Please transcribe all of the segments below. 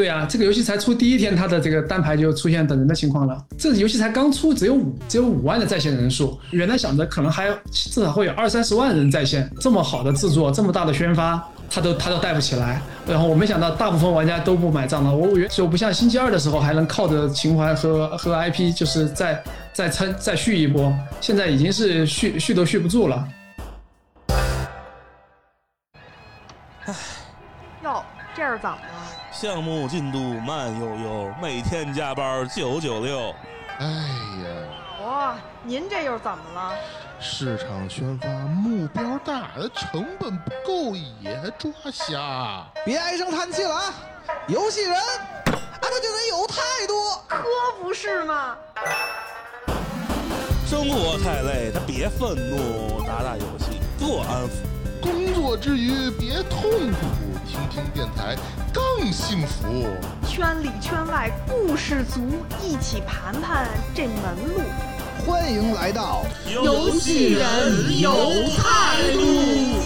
对啊，这个游戏才出第一天，它的这个单排就出现等人的情况了。这游戏才刚出，只有5万的在线人数，原来想着可能还至少会有20-30万人在线，这么好的制作，这么大的宣发，他都带不起来。然后我没想到大部分玩家都不买账了。我以为就不像星期2的时候还能靠着情怀和 IP 就是再续一波，现在已经是续都续不住了。 唉， 哟，这是怎么了？ 项目进度慢悠悠，每天加班996。 哎呀， 哇，您这又怎么了？ 市场宣发目标大，成本不够也抓瞎。 别唉声叹气了啊！游戏人他就得有态度， 可不是嘛。 生活太累，他别愤怒，打游戏多安抚。 工作之余别痛苦，听听电台更幸福。 圈里圈外故事足，一起盘盘这门路。 欢迎来到游戏人有态度。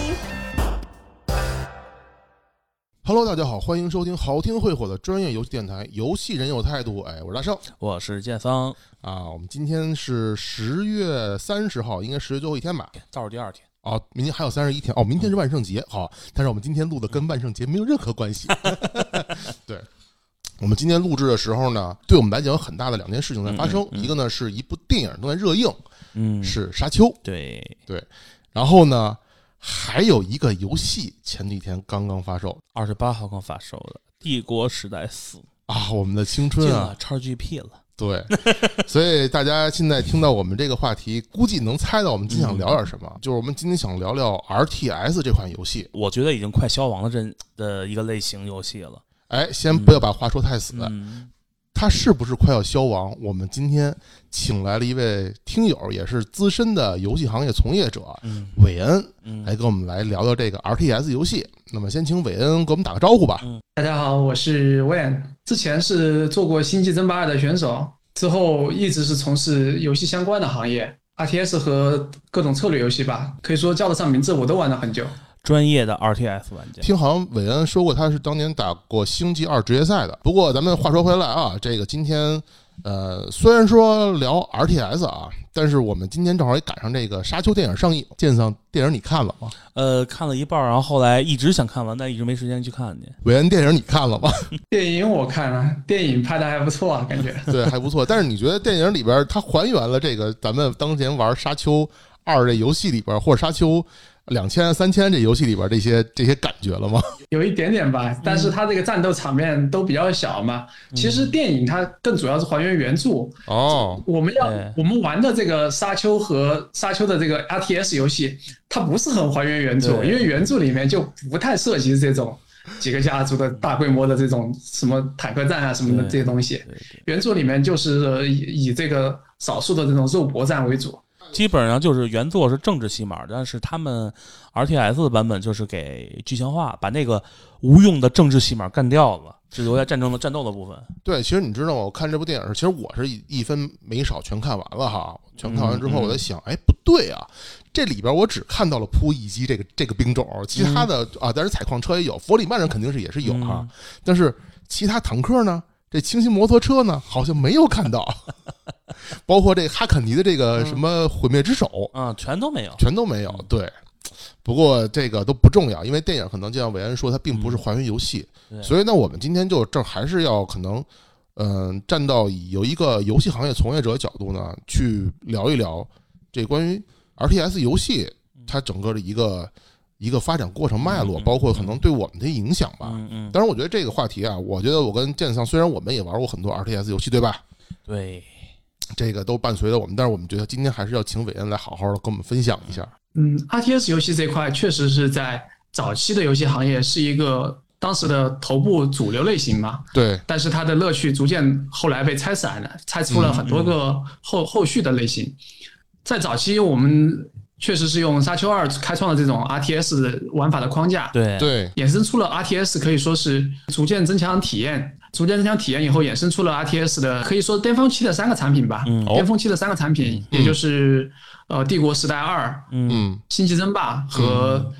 Hello， 大家好，欢迎收听好听会火的专业游戏电台《游戏人有态度》。哎，我是大圣， 我是建桑啊。我们今天是10月30号，应该10月最后一天吧？ 倒数第2天。 哦，明天还有31天哦，明天是万圣节，好，但是我们今天录的跟万圣节没有任何关系。对，我们今天录制的时候呢，对我们来讲有很大的2件事情在发生，一个呢是一部电影正在热映，是《沙丘》， 对， 然后呢还有一个游戏前几天刚刚发售 ，28号刚发售的《帝国时代4》 啊，我们的青春啊 ，XGP 了。 对，所以大家现在听到我们这个话题，估计能猜到我们今天想聊点什么，就是我们今天想聊聊 RTS 这款游戏。 我觉得已经快消亡的一个类型游戏了。 哎，先不要把话说太死，它是不是快要消亡？我们今天请来了一位听友，也是资深的游戏行业从业者，韦恩，来跟我们来聊聊这个 RTS 游戏。那么先请韦恩给我们打个招呼吧。 大家好，我是韦恩，之前是做过星际争霸2的选手，之后一直是从事游戏相关的行业 ，RTS 和各种策略游戏吧，可以说叫得上名字我都玩了很久。 专业的 RTS 玩家， 听好像韦恩说过他是当年打过星际2职业赛的。不过咱们话说回来啊，这个今天虽然说聊 RTS 啊，但是我们今天正好也赶上这个沙丘电影上映。剑桑，电影你看了吗？ 看了一半，然后后来一直想看完，但一直没时间去看去。 韦恩，电影你看了吗？ 电影我看了，电影拍的还不错啊，感觉对， 还不错。但是你觉得电影里边它还原了这个咱们当前玩沙丘2这游戏里边，或者沙丘2000、3000这游戏里边这些感觉了吗？ 有一点点吧，但是它这个战斗场面都比较小嘛。其实电影它更主要是还原原著。 哦， 我们玩的这个沙丘和沙丘的这个 RTS 游戏，它不是很还原原著，因为原著里面就不太涉及这种几个家族的大规模的这种什么坦克战啊什么的这些东西。原著里面就是以这个少数的这种肉搏战为主。 基本上就是原作是政治戏码，但是他们 RTS 的版本就是给剧情化，把那个无用的政治戏码干掉了，只留下战斗的部分。 对，其实你知道吗？我看这部电影，其实我是一分没少全看完了哈。全看完之后，我在想，哎，不对啊，这里边我只看到了扑翼机这个兵种，其他的啊，但是采矿车也有，佛里曼人肯定是也是有哈，但是其他坦克呢？这轻型摩托车呢，好像没有看到，包括这哈肯尼的这个什么毁灭之手全都没有。 对，不过这个都不重要，因为电影可能就像韦恩说，它并不是还原游戏，所以呢，我们今天就这还是要可能，站到有一个游戏行业从业者的角度呢，去聊一聊这关于 RTS 游戏它整个的一个发展过程脉络，包括可能对我们的影响吧。当然我觉得这个话题啊，我觉得我跟剑桑虽然我们也玩过很多 RTS 游戏，对吧？ 对， 这个都伴随着我们，但是我们觉得今天还是要请韦恩来好好的跟我们分享一下。 RTS 游戏这块确实是在早期的游戏行业是一个当时的头部主流类型嘛。 对。 但是它的乐趣逐渐后来被拆散了，拆出了很多个后续的类型。在早期我们确实是用沙丘2开创了这种 RTS 的玩法的框架， 对， 衍生出了 RTS， 可以说是逐渐增强体验以后，衍生出了 RTS 的可以说巅峰期的3个产品吧。巅峰期的3个产品，也就是帝国时代2、星际争霸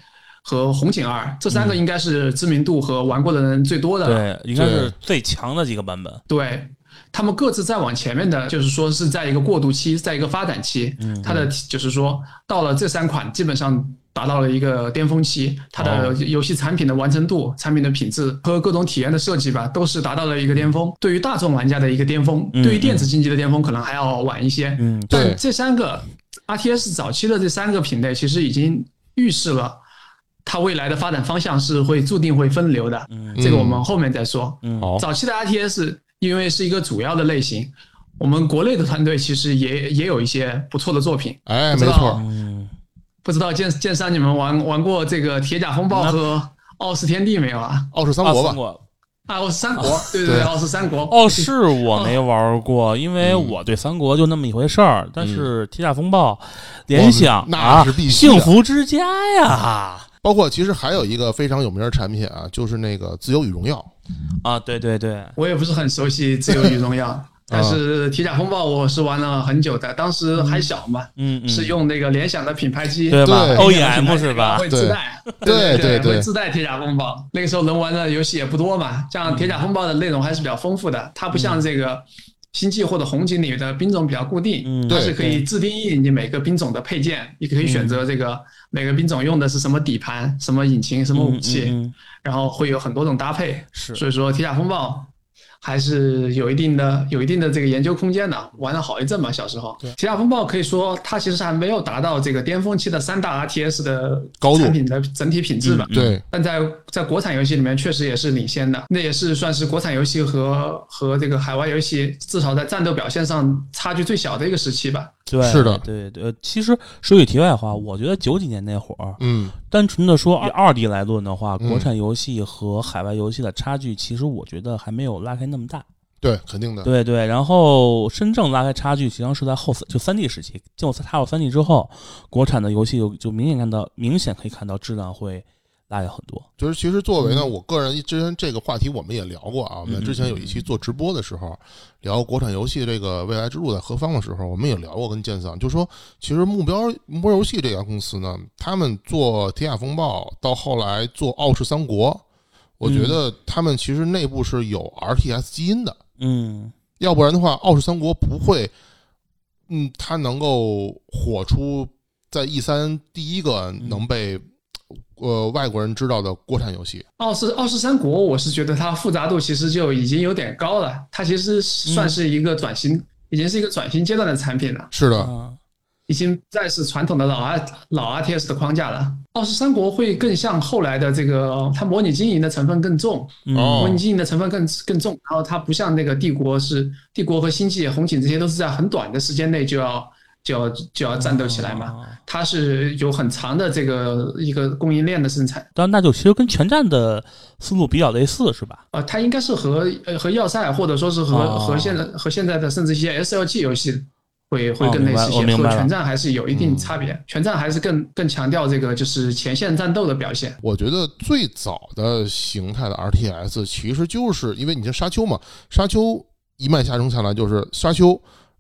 和红警2这3个应该是知名度和玩过的人最多的， 对，应该是最强的几个版本。 对，他们各自再往前面的，就是说是在一个过渡期，在一个发展期，它的就是说到了这3款基本上达到了一个巅峰期，它的游戏产品的完成度、产品的品质和各种体验的设计吧，都是达到了一个巅峰。对于大众玩家的一个巅峰，对于电子竞技的巅峰可能还要晚一些。但这3个 RTS 早期的这3个品类，其实已经预示了它未来的发展方向是会注定会分流的。这个我们后面再说。早期的 RTS 因为是一个主要的类型，我们国内的团队其实也有一些不错的作品。 哎，没错。 不知道剑三你们玩过这个铁甲风暴和傲视天地没有啊？ 傲视三国吧。 傲视三国，对，傲视三国。 傲视我没玩过，因为我对三国就那么一回事儿。但是铁甲风暴、联想那是必须幸福之家呀。 包括其实还有一个非常有名的产品啊，就是那个自由与荣耀啊，对， 我也不是很熟悉自由与荣耀。但是铁甲风暴我是玩了很久的，当时还小嘛，是用那个联想的品牌机， 对吧 ？OEM 是吧？ 会自带， 对， 会自带铁甲风暴。那个时候能玩的游戏也不多嘛，像铁甲风暴的内容还是比较丰富的，它不像这个星际或者红警里的兵种比较固定，它是可以自定义你每个兵种的配件，你可以选择这个每个兵种用的是什么底盘、什么引擎、什么武器，然后会有很多种搭配。所以说铁甲风暴还是有一定的这个研究空间的，玩了好一阵嘛。小时候，铁甲风暴可以说它其实还没有达到这个巅峰期的3大 RTS 的产品的整体品质吧。 对， 但在国产游戏里面确实也是领先的，那也是算是国产游戏和这个海外游戏至少在战斗表现上差距最小的一个时期吧。 对， 是的， 对。其实说句题外话，我觉得90几年那会儿，单纯的说以2D 来论的话，国产游戏和海外游戏的差距，其实我觉得还没有拉开那么大。 对，肯定的。 对。然后真正拉开差距，实际上是在就3D 时期，就踏入3D 之后，国产的游戏就明显可以看到质量会拉下很多。 就是其实作为呢，我个人之前这个话题我们也聊过啊，我们之前有一期做直播的时候，聊国产游戏这个未来之路在何方的时候，我们也聊过跟剑桑，就说其实目标游戏这家公司呢，他们做铁甲风暴到后来做傲视三国，我觉得他们其实内部是有 RTS 基因的。要不然的话，傲视三国不会，它能够火出在 E3 第一个能被外国人知道的国产游戏。傲视三国，我是觉得它复杂度其实就已经有点高了，它其实算是一个转型，已经是一个转型阶段的产品了。 是的。 已经不再是传统的老 RTS 的框架了。傲视三国会更像后来的这个，它模拟经营的成分更重，模拟经营的成分更重。然后它不像那个帝国和星际、红警这些都是在很短的时间内就要战斗起来嘛，它是有很长的这个一个供应链的生产。 但那就其实跟全战的思路比较类似，是吧？ 它应该是和要塞或者说是和现在的甚至一些 SLG 游戏。会更类似一些，和全战还是有一定差别。全战还是更强调这个就是前线战斗的表现。 我觉得最早的形态的 RTS 其实就是因为你像沙丘嘛，沙丘一脉下来就是沙丘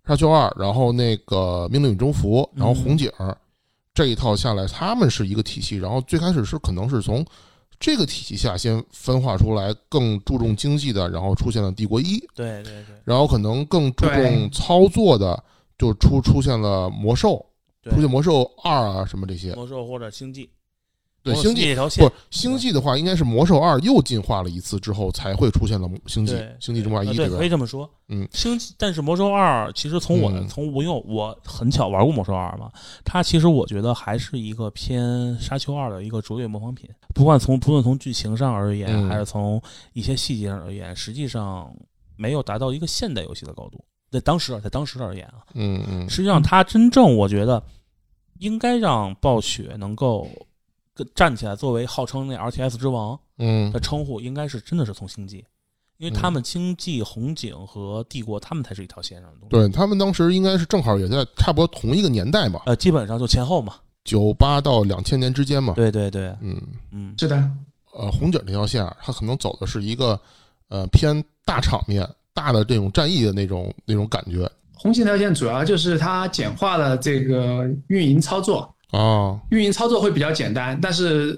2，然后那个命令与征服，然后红警这一套下来，他们是一个体系。然后最开始是可能是从这个体系下先分化出来更注重经济的，然后出现了帝国1， 对， 然后可能更注重操作的。就出现了魔兽，出现魔兽2啊什么这些， 魔兽或者星际， 对星际这条线， 不是星际的话，应该是魔兽2又进化了一次之后才会出现了星际争霸1，对吧？ 可以这么说。星际，但是魔兽2其实因为我很巧玩过魔兽2嘛，它其实我觉得还是一个偏沙丘2的一个卓越模仿品，不论从剧情上而言，还是从一些细节上而言，实际上没有达到一个现代游戏的高度。在当时而言啊，实际上它真正我觉得应该让暴雪能够站起来，作为号称那 RTS 之王的称呼，应该是真的是从星际，因为他们星际、红警和帝国，他们才是一条线上的东西。 对，他们当时应该是正好也在差不多同一个年代嘛， 基本上就前后嘛 ，98到2000年之间嘛。 对， 是的。 红警这条线，它可能走的是一个偏大场面。大的这种战役的那种感觉。 红警条线主要就是它简化了这个运营操作运营操作会比较简单，但是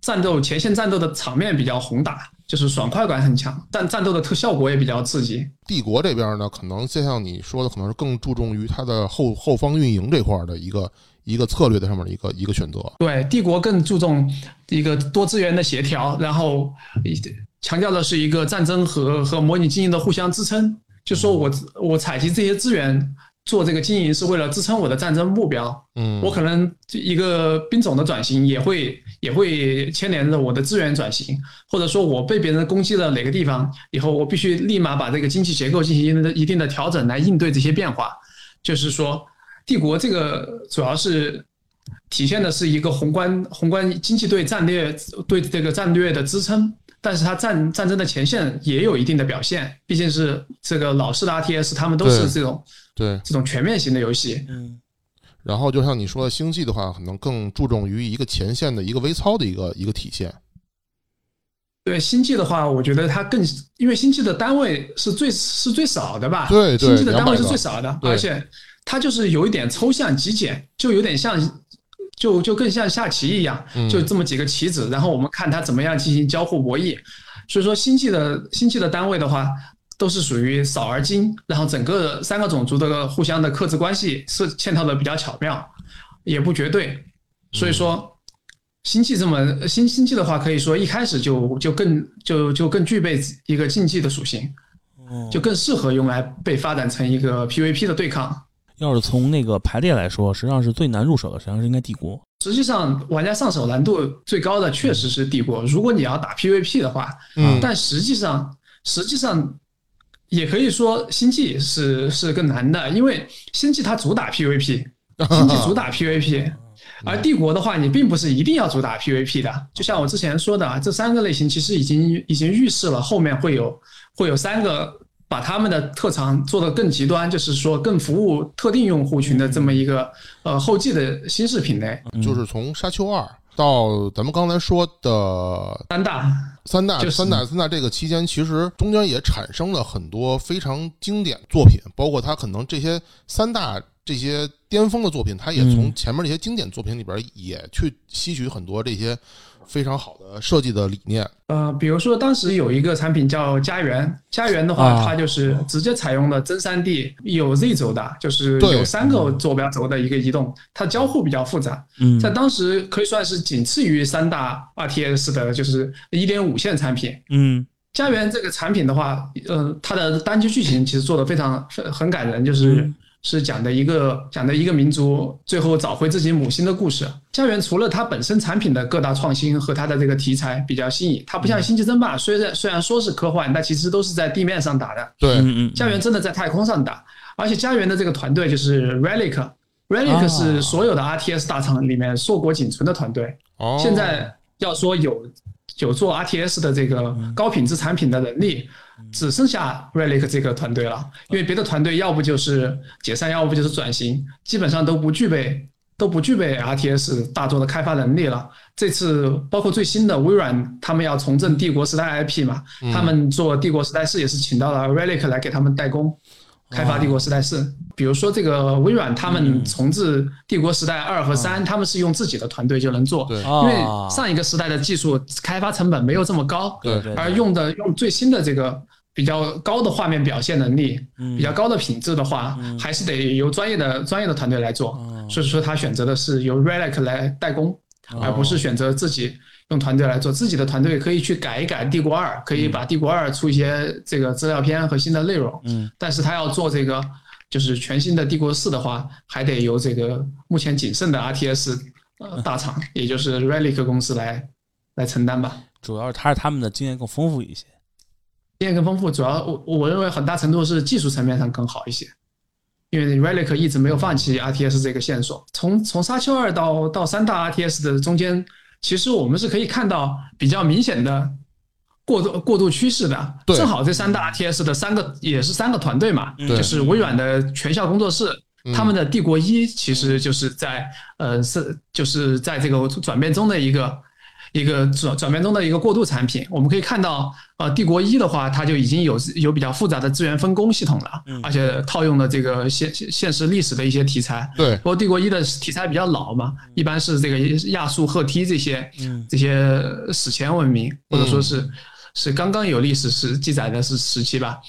前线战斗的场面比较宏大，就是爽快感很强，但战斗的效果也比较刺激。 帝国这边呢，可能就像你说的，可能是更注重于它的后方运营这块的一个策略的上面的一个选择。 对，帝国更注重一个多资源的协调，然后强调的是一个战争和模拟经营的互相支撑。就说我采集这些资源做这个经营是为了支撑我的战争目标。我可能一个兵种的转型也会牵连着我的资源转型，或者说我被别人攻击了哪个地方以后，我必须立马把这个经济结构进行一定的调整来应对这些变化。就是说，帝国这个主要是体现的是一个宏观经济对这个战略的支撑。但是它战争的前线也有一定的表现，毕竟是这个老式的 RTS， 他们都是这种全面型的游戏。 然后就像你说的，星际的话，可能更注重于一个前线的一个微操的一个体现。 对，星际的话，我觉得它因为星际的单位是最少的吧？ 对， 星际的单位是最少的，而且它就是有一点抽象极简，就有点像。就更像下棋一样，就这么几个棋子，然后我们看它怎么样进行交互博弈。所以说星际的单位的话，都是属于少而精，然后整个3个种族的互相的克制关系是嵌套的比较巧妙，也不绝对。所以说星际的话，可以说一开始就更具备一个竞技的属性，就更适合用来被发展成一个 PVP 的对抗。 要是从那个排列来说，实际上是最难入手的，实际上是应该帝国。 实际上，玩家上手难度最高的确实是帝国。如果你要打 PVP 的话，但实际上也可以说星际是更难的，因为星际它主打 PVP， 星际主打 PVP， 而帝国的话，你并不是一定要主打 PVP 的。就像我之前说的，这3个类型其实已经预示了后面会有3个。把他们的特长做得更极端，就是说更服务特定用户群的这么一个后继的新式品类。 就是从沙丘2到咱们刚才说的三大这个期间，其实中间也产生了很多非常经典作品，包括它可能这些3大这些巅峰的作品，它也从前面这些经典作品里边也去吸取很多这些非常好的设计的理念。 比如说当时有一个产品叫家园的话，它就是直接采用了真 3D， 有 Z 轴的，就是有3个坐标轴的一个移动，它交互比较复杂，在当时可以算是仅次于3大 RTS 的就是 1.5 线产品。家园这个产品的话，它的单机剧情其实做得很感人，是讲的一个民族最后找回自己母星的故事。家园除了它本身产品的各大创新和它的这个题材比较新颖，它不像星际争霸，虽然说是科幻，但其实都是在地面上打的。 对， 家园真的在太空上打，而且家园的这个团队就是 Relic 是所有的 RTS 大厂里面硕果仅存的团队。现在要说有做 RTS 的这个高品质产品的能力，只剩下 Relic 这个团队了，因为别的团队要不就是解散，要不就是转型，基本上都不具备 RTS 大作的开发能力了。这次包括最新的微软，他们要重振帝国时代 IP 嘛，他们做帝国时代4也是请到了 Relic 来给他们代工开发帝国时代4。比如说这个微软他们重置帝国时代2和3，他们是用自己的团队就能做，因为上一个时代的技术开发成本没有这么高，而用最新的这个比较高的画面表现能力，比较高的品质的话，还是得由专业的团队来做。所以说他选择的是由 Relic 来代工，而不是选择自己用团队来做。自己的团队可以去改一改帝国2，可以把帝国2出一些这个资料片和新的内容，但是他要做这个就是全新的帝国4的话，还得由这个目前仅剩的 RTS 大厂，也就是 Relic 公司来承担吧。 主要是他们的经验更丰富一些。 经验更丰富，主要我认为很大程度是技术层面上更好一些，因为 Relic 一直没有放弃 RTS 这个线索。从沙丘2到3大 RTS 的中间，其实我们是可以看到比较明显的过渡趋势的。正好这3大 RTS 的也是3个团队嘛，就是微软的全效工作室，他们的帝国1其实就是在这个转变中的一一个转变中的一个过渡产品。我们可以看到，帝国1的话，它就已经有比较复杂的资源分工系统了，而且套用了这个现实历史的一些题材。 对， 不过帝国1的题材比较老嘛，一般是这个亚述、赫梯这些史前文明，或者说是刚刚有历史史记载的时期吧。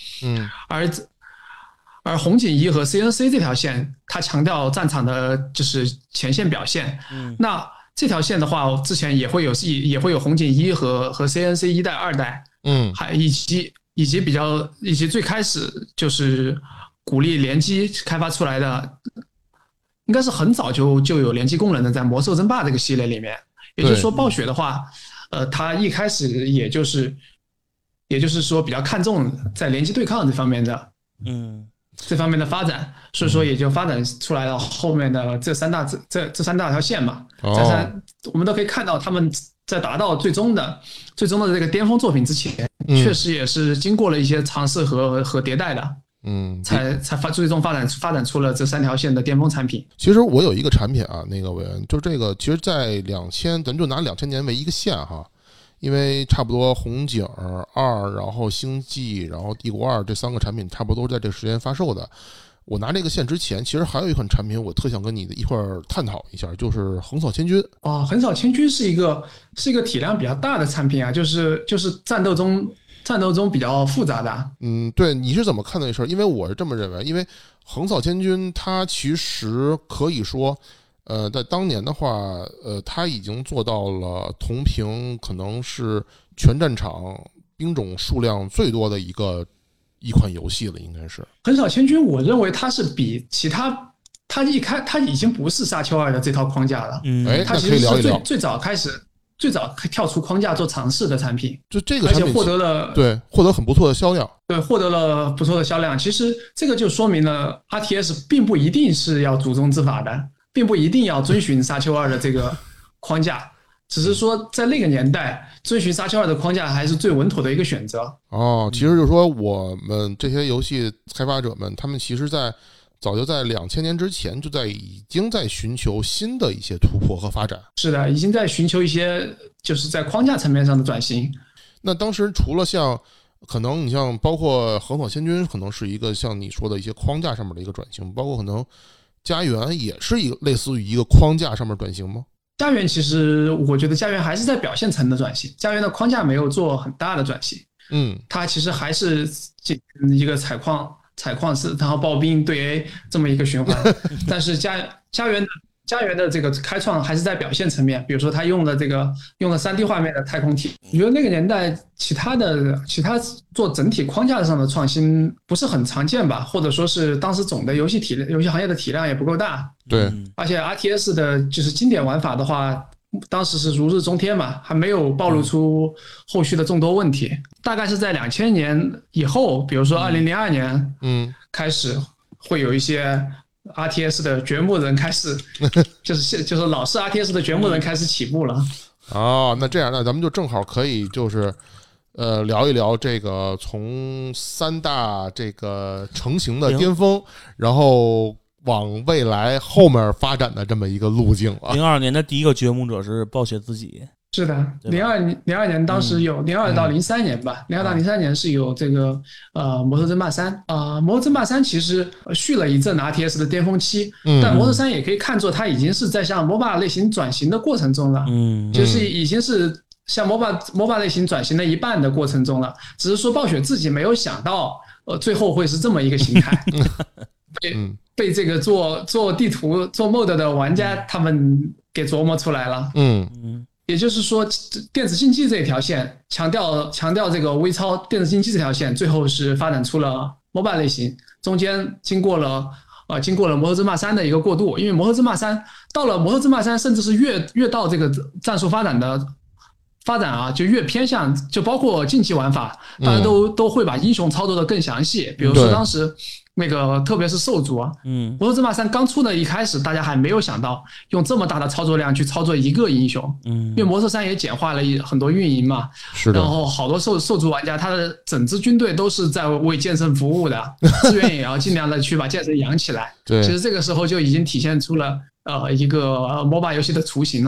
而红警1和 CNC 这条线，它强调战场的就是前线表现。那这条线的话，之前也会有红警1和 CNC 1代、2代，还以及最开始就是鼓励联机开发出来的，应该是很早就有联机功能的，在魔兽争霸这个系列里面。也就是说，暴雪的话，它一开始也就是说比较看重在联机对抗这方面的，这方面的发展，所以说也就发展出来了后面的这三大条线嘛。我们都可以看到，他们在达到最终的这个巅峰作品之前，确实也是经过了一些尝试和迭代的。才最终发展出了这3条线的巅峰产品。 其实我有一个产品啊，那个伟恩，就这个，其实在咱就拿2000年为一个线哈，因为差不多红警2，然后星际，然后帝国2这3个产品差不多都是在这个时间发售的。我拿这个线之前，其实还有一款产品，我特想跟你一块儿探讨一下，就是横扫千军。 横扫千军是一个体量比较大的产品啊，就是战斗中比较复杂的。 对，你是怎么看这事儿？因为我是这么认为，因为横扫千军它其实可以说，在当年的话，它已经做到了同屏可能是全战场兵种数量最多的一款游戏了，应该是。 横扫千军，我认为它是比其他，它已经不是沙丘2的这套框架了。它其实是最早跳出框架做尝试的产品， 就这个产品， 而且获得很不错的销量。 对，获得了不错的销量。其实这个就说明了 RTS 并不一定是要祖宗之法的，并不一定要遵循沙丘2的这个框架，只是说在那个年代遵循沙丘2的框架还是最稳妥的一个选择。 其实就是说我们这些游戏开发者们，他们其实早就在2000年之前已经在寻求新的一些突破和发展。 是的，已经在寻求一些就是在框架层面上的转型。 那当时除了可能你像包括横扫千军，可能是一个像你说的一些框架上面的一个转型，包括可能家园也是一个类似于一个框架上面转型吗？ 家园其实我觉得家园还是在表现层的转型，家园的框架没有做很大的转型。它其实还是一个采矿式，然后刨冰对 A 这么一个循环。但是家园的这个开创还是在表现层面，比如说他用了 3D 画面的太空体。我觉得那个年代其他做整体框架上的创新不是很常见吧，或者说是当时总的游戏行业的体量也不够大。 对， 而且 RTS 的就是经典玩法的话，当时是如日中天嘛，还没有暴露出后续的众多问题。大概是在2000年以后，比如说2002年，开始会有一些 RTS 的掘墓人开始，就是老式 RTS 的掘墓人开始起步了。 那这样，那咱们就正好可以就是聊一聊这个从3大这个成型的巅峰，然后往未来后面发展的这么一个路径了。 02年的第一个掘墓者是暴雪自己。 是的，02年当时有02到03年吧，02到03年是有这个魔兽争霸3魔兽争霸3其实续了一阵 RTS 的巅峰期，但魔兽3也可以看作它已经是在向 MOBA 类型转型的过程中了，就是已经是向 MOBA 类型转型的一半的过程中了，只是说暴雪自己没有想到最后会是这么一个形态。被这个做地图做 mod 的玩家他们给琢磨出来了。也就是说，电子竞技这一条线强调这个微操电子竞技这条线，最后是发展出了 MOBA 类型，中间经过了魔兽争霸3的一个过渡，因为魔兽争霸3到了魔兽争霸3，甚至是越到这个战术发展就越偏向，就包括竞技玩法，大家都会把英雄操作的更详细，比如说当时。那个特别是兽族魔兽争霸3刚出的一开始，大家还没有想到用这么大的操作量去操作一个英雄，因为魔兽3也简化了很多运营嘛，然后好多兽族玩家他的整支军队都是在为剑圣服务的，资源也要尽量的去把剑圣养起来。 对， 其实这个时候就已经体现出了一个 MOBA 游戏的雏形了。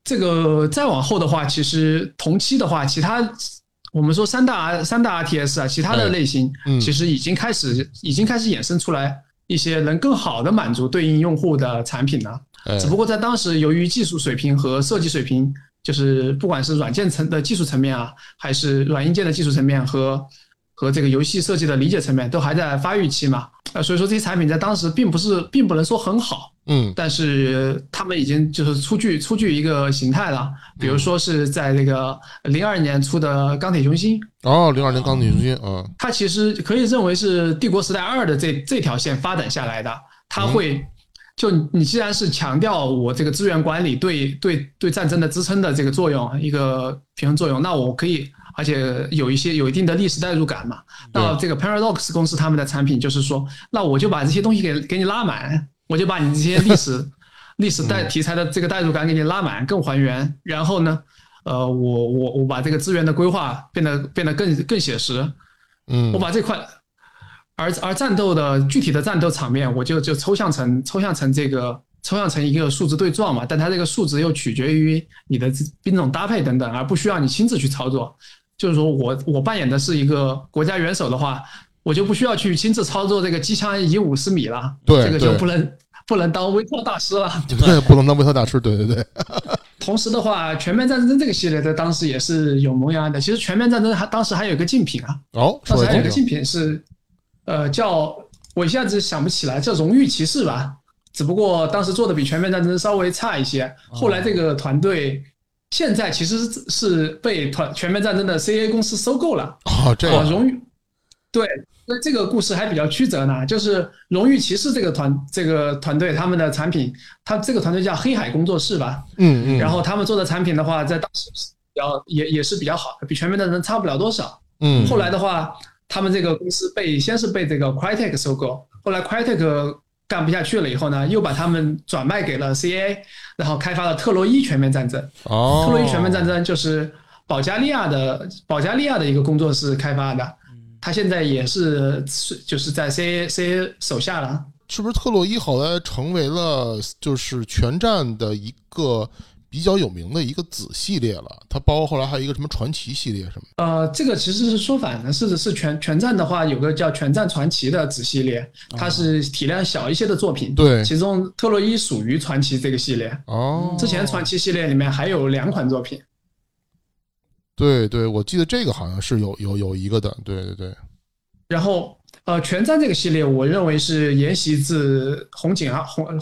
这个再往后的话，其实同期的话，其他我们说三大 RTS 啊，其他的类型其实已经开始衍生出来一些能更好的满足对应用户的产品了。只不过在当时，由于技术水平和设计水平，就是不管是软件层的技术层面啊，还是软硬件的技术层面和这个游戏设计的理解层面，都还在发育期嘛。所以说这些产品在当时并不能说很好，但是他们已经就是初具一个形态了。比如说是在这个02年出的钢铁雄心 02年钢铁雄心它其实可以认为是帝国时代2的这条线发展下来的。它会就你既然是强调我这个资源管理对战争的支撑的这个作用，一个平衡作用，那我可以。而且有一定的历史代入感嘛。那这个 Paradox 公司他们的产品就是说，那我就把这些东西给你拉满，我就把你这些历史题材的这个代入感给你拉满，更还原。然后呢，我把这个资源的规划变得更写实。我把这块，而战斗的具体的战斗场面，我就抽象成一个数值对撞嘛，但它这个数值又取决于你的兵种搭配等等，而不需要你亲自去操作。就是说我扮演的是一个国家元首的话，我就不需要去亲自操作这个机枪以50米了，这个就不能当微操大师了， 对，不能当微操大师，对。 同时的话，全面战争这个系列在当时也是有萌芽的。其实全面战争当时还有一个竞品啊，当时还有一个竞品是叫我一下子想不起来，叫荣誉骑士吧。只不过当时做的比全面战争稍微差一些，后来这个团队现在其实是被全面战争的 CA 公司收购了。 这样荣誉对，那这个故事还比较曲折呢。就是荣誉骑士这个团队他们的产品，他这个团队叫黑海工作室吧。然后他们做的产品的话，在当时也是比较好的，比全面战争差不了多少。后来的话，他们这个公司先是被这个 Crytek 收购，后来 Crytek干不下去了以后呢，又把他们转卖给了 CA， 然后开发了特洛伊全面战争。特洛伊全面战争就是保加利亚的一个工作室开发的，他现在也是就是在 CA 手下了。 是不是特洛伊后来成为了就是全战的一个比较有名的一个子系列了？它包括后来还有一个什么传奇系列什么？ 这个其实是说反的，是全战的话有个叫全战传奇的子系列，它是体量小一些的作品。 对， 其中特洛伊属于传奇这个系列。之前传奇系列里面还有2款作品。 对，我记得这个好像是有一个的，对。 然后全战这个系列，我认为是沿袭自红警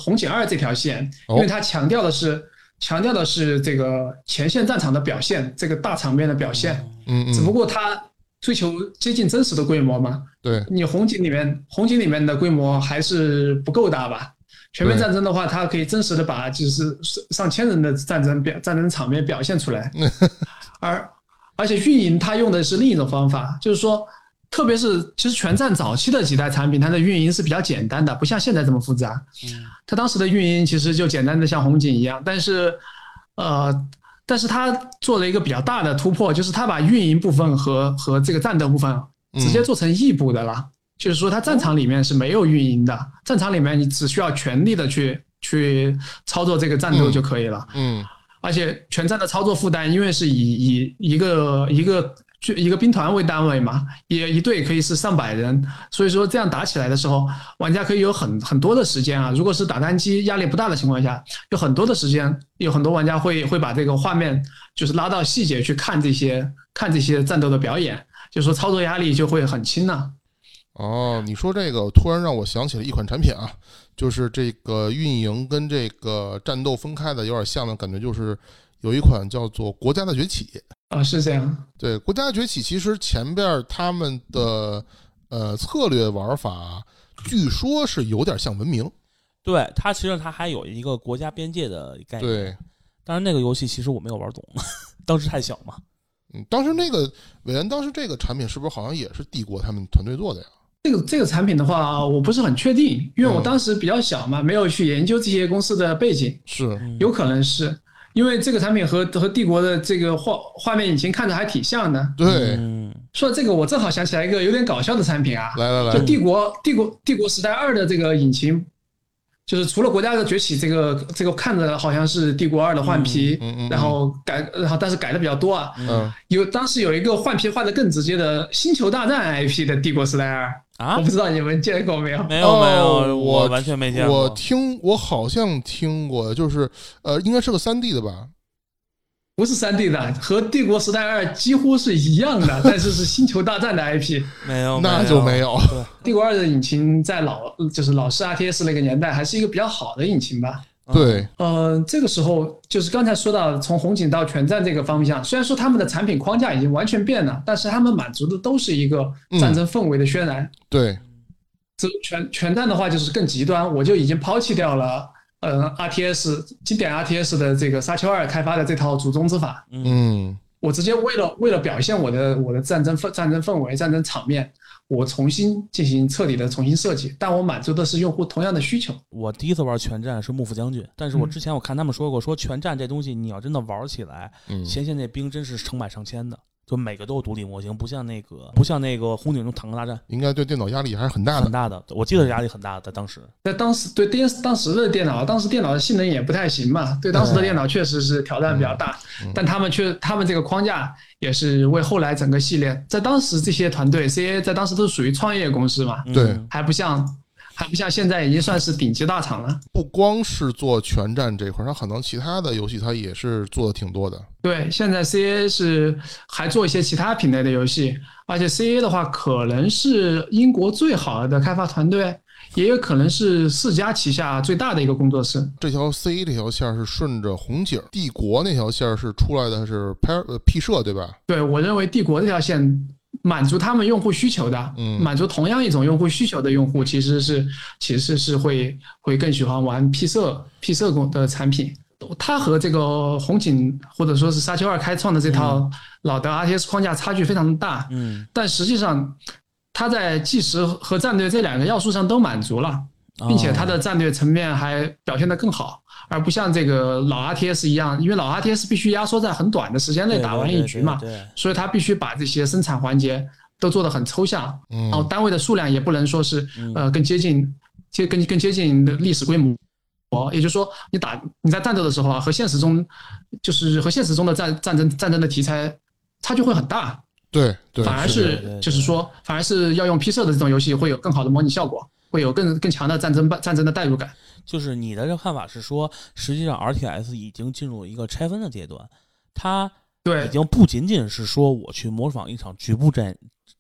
2这条线，因为它强调的是这个前线战场的表现，这个大场面的表现。只不过它追求接近真实的规模嘛。 对， 你红警里面的规模还是不够大吧？全面战争的话，它可以真实的把就是上千人的战争场面表现出来。而且运营它用的是另一种方法，就是说，特别是其实全战早期的几代产品，它的运营是比较简单的，不像现在这么复杂。它当时的运营其实就简单的像红警一样，但是它做了一个比较大的突破，就是它把运营部分和这个战斗部分直接做成异步的了。就是说，它战场里面是没有运营的，战场里面你只需要全力的去操作这个战斗就可以了。而且全战的操作负担，因为是以一个兵团为单位嘛，一队可以是上百人，所以说这样打起来的时候，玩家可以有很多的时间啊。如果是打单机压力不大的情况下，有很多的时间，有很多玩家会把这个画面就是拉到细节去看这些战斗的表演，就是说操作压力就会很轻啊。 你说这个突然让我想起了一款产品啊，就是这个运营跟这个战斗分开的有点像的感觉，就是有一款叫做国家的崛起。 是这样。对， 国家的崛起其实前边他们的策略玩法据说是有点像文明。 对，它其实它还有一个国家边界的概念。对，当然那个游戏其实我没有玩懂，当时太小嘛。 当时那个伟恩，当时这个产品是不是好像也是帝国他们团队做的呀？ 这个产品的话，我不是很确定，因为我当时比较小嘛，没有去研究这些公司的背景。 是， 有可能是因为这个产品和帝国的这个画面引擎看着还挺像的。 对， 说这个我正好想起来一个有点搞笑的产品啊。 来， 就帝国时代2的这个引擎， 就是除了国家的崛起，这个看着好像是帝国2的换皮，然后但是改的比较多啊。当时有一个换皮换的更直接的星球大战 IP 的帝国时代2啊，我不知道你们见过没有？ 没有，我完全没见过。 我好像听过，就是应该是个3D 的吧。 不是3D 的，和帝国时代2几乎是一样的，但是是星球大战的 IP。 没有， 那就没有。 帝国2的引擎在就是老式 RTS 那个年代还是一个比较好的引擎吧。 对， 这个时候就是刚才说到从红警到全战这个方向，虽然说他们的产品框架已经完全变了，但是他们满足的都是一个战争氛围的渲染。 对， 这全战的话就是更极端，我就已经抛弃掉了。RTS 经典 RTS 的这个沙丘2开发的这套祖宗之法，我直接为了表现我的战争氛围、战争场面，我重新进行彻底的重新设计，但我满足的是用户同样的需求。 我第一次玩全战是幕府将军，但是我之前我看他们说过，说全战这东西你要真的玩起来，前线那兵真是成百上千的。就每个都有独立模型，不像那个红警中坦克大战， 应该对电脑压力还是很大的。 我记得是压力很大的，当时对当时的电脑，当时电脑的性能也不太行嘛，对当时的电脑确实是挑战比较大，但他们这个框架也是为后来整个系列，在当时这些团队 CA 在当时都是属于创业公司嘛， 对， 还不像现在已经算是顶级大厂了。 不光是做全战这块，它可能其他的游戏它也是做的挺多的。 对，现在 CA 是还做一些其他品类的游戏，而且 CA 的话可能是英国最好的开发团队，也有可能是4家旗下最大的一个工作室。 这条 CA 这条线是顺着红警，帝国那条线是出来的是 P 社对吧？ 对，我认为帝国这条线满足他们用户需求的，满足同样一种用户需求的用户，其实是会更喜欢玩 P 社的产品。它和这个红警或者说是沙丘2开创的这套老的 RTS 框架差距非常大，但实际上它在计时和战队这2个要素上都满足了，并且它的战略层面还表现得更好，而不像这个老 RTS 一样，因为老 RTS 必须压缩在很短的时间内打完一局嘛，所以它必须把这些生产环节都做得很抽象，然后单位的数量也不能说是更接近历史规模。也就是说，你在战斗的时候啊，和现实中的战争的题材差距会很大。 对， 反而是要用 P 社的这种游戏会有更好的模拟效果，会有更强的战争的代入感。 就是你的这看法是说，实际上 RTS 已经进入一个拆分的阶段，它已经不仅仅是说我去模仿一场局部战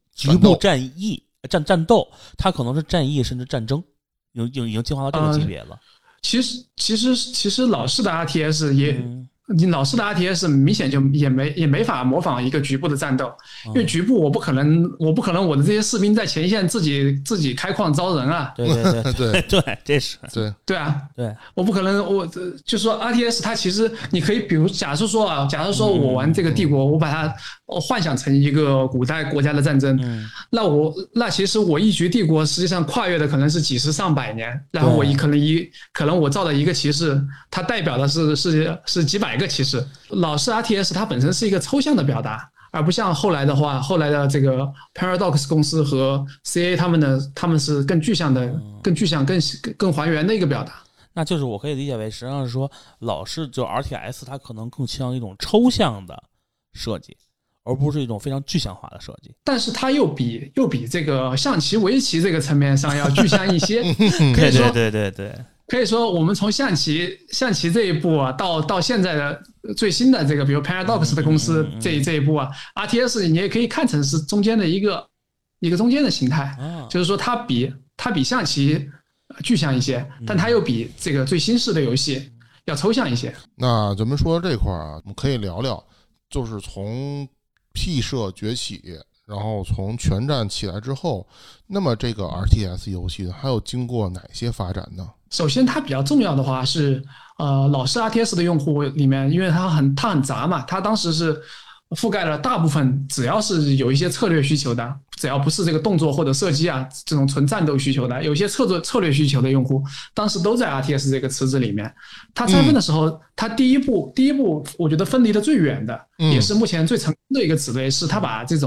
斗，它可能是战役甚至战争，已经进化到这个级别了。 其实老式的 RTS 老式的 RTS 明显就也没法模仿一个局部的战斗，因为局部我不可能我的这些士兵在前线自己开矿招人啊。 对，这是对啊， 对， 我不可能，就说 RTS 它其实你可以，比如假设说我玩这个帝国，我把它幻想成一个古代国家的战争，那其实我一局帝国实际上跨越的可能是几十上百年，然后我可能我造的一个骑士，它代表的是几百个骑士。老式 RTS 它本身是一个抽象的表达，而不像后来的这个 Paradox 公司和 CA 他们是更具象、更还原的一个表达。 那就是我可以理解为，实际上是说老式就 RTS 它可能更倾向一种抽象的设计，而不是一种非常具象化的设计。 但是它又比这个象棋、围棋这个层面上要具象一些。可以说对。 可以说，我们从象棋这一步啊，到现在的最新的这个，比如 Paradox 的公司这一步啊 ，RTS 你也可以看成是中间的一个中间的形态，就是说它比象棋具象一些，但它又比这个最新式的游戏要抽象一些。 那咱们说这块啊，我们可以聊聊，就是从 P 社崛起，然后从全战起来之后，那么这个 RTS 游戏还有经过哪些发展呢？ 首先它比较重要的话是老式 RTS 的用户里面，因为它很杂嘛，它当时是覆盖了大部分只要是有一些策略需求的，只要不是这个动作或者射击啊这种纯战斗需求的，有一些策略需求的用户当时都在 RTS 这个池子里面。它拆分的时候，它第一步我觉得分离的最远的，也是目前最成功的一个子类，是它把这种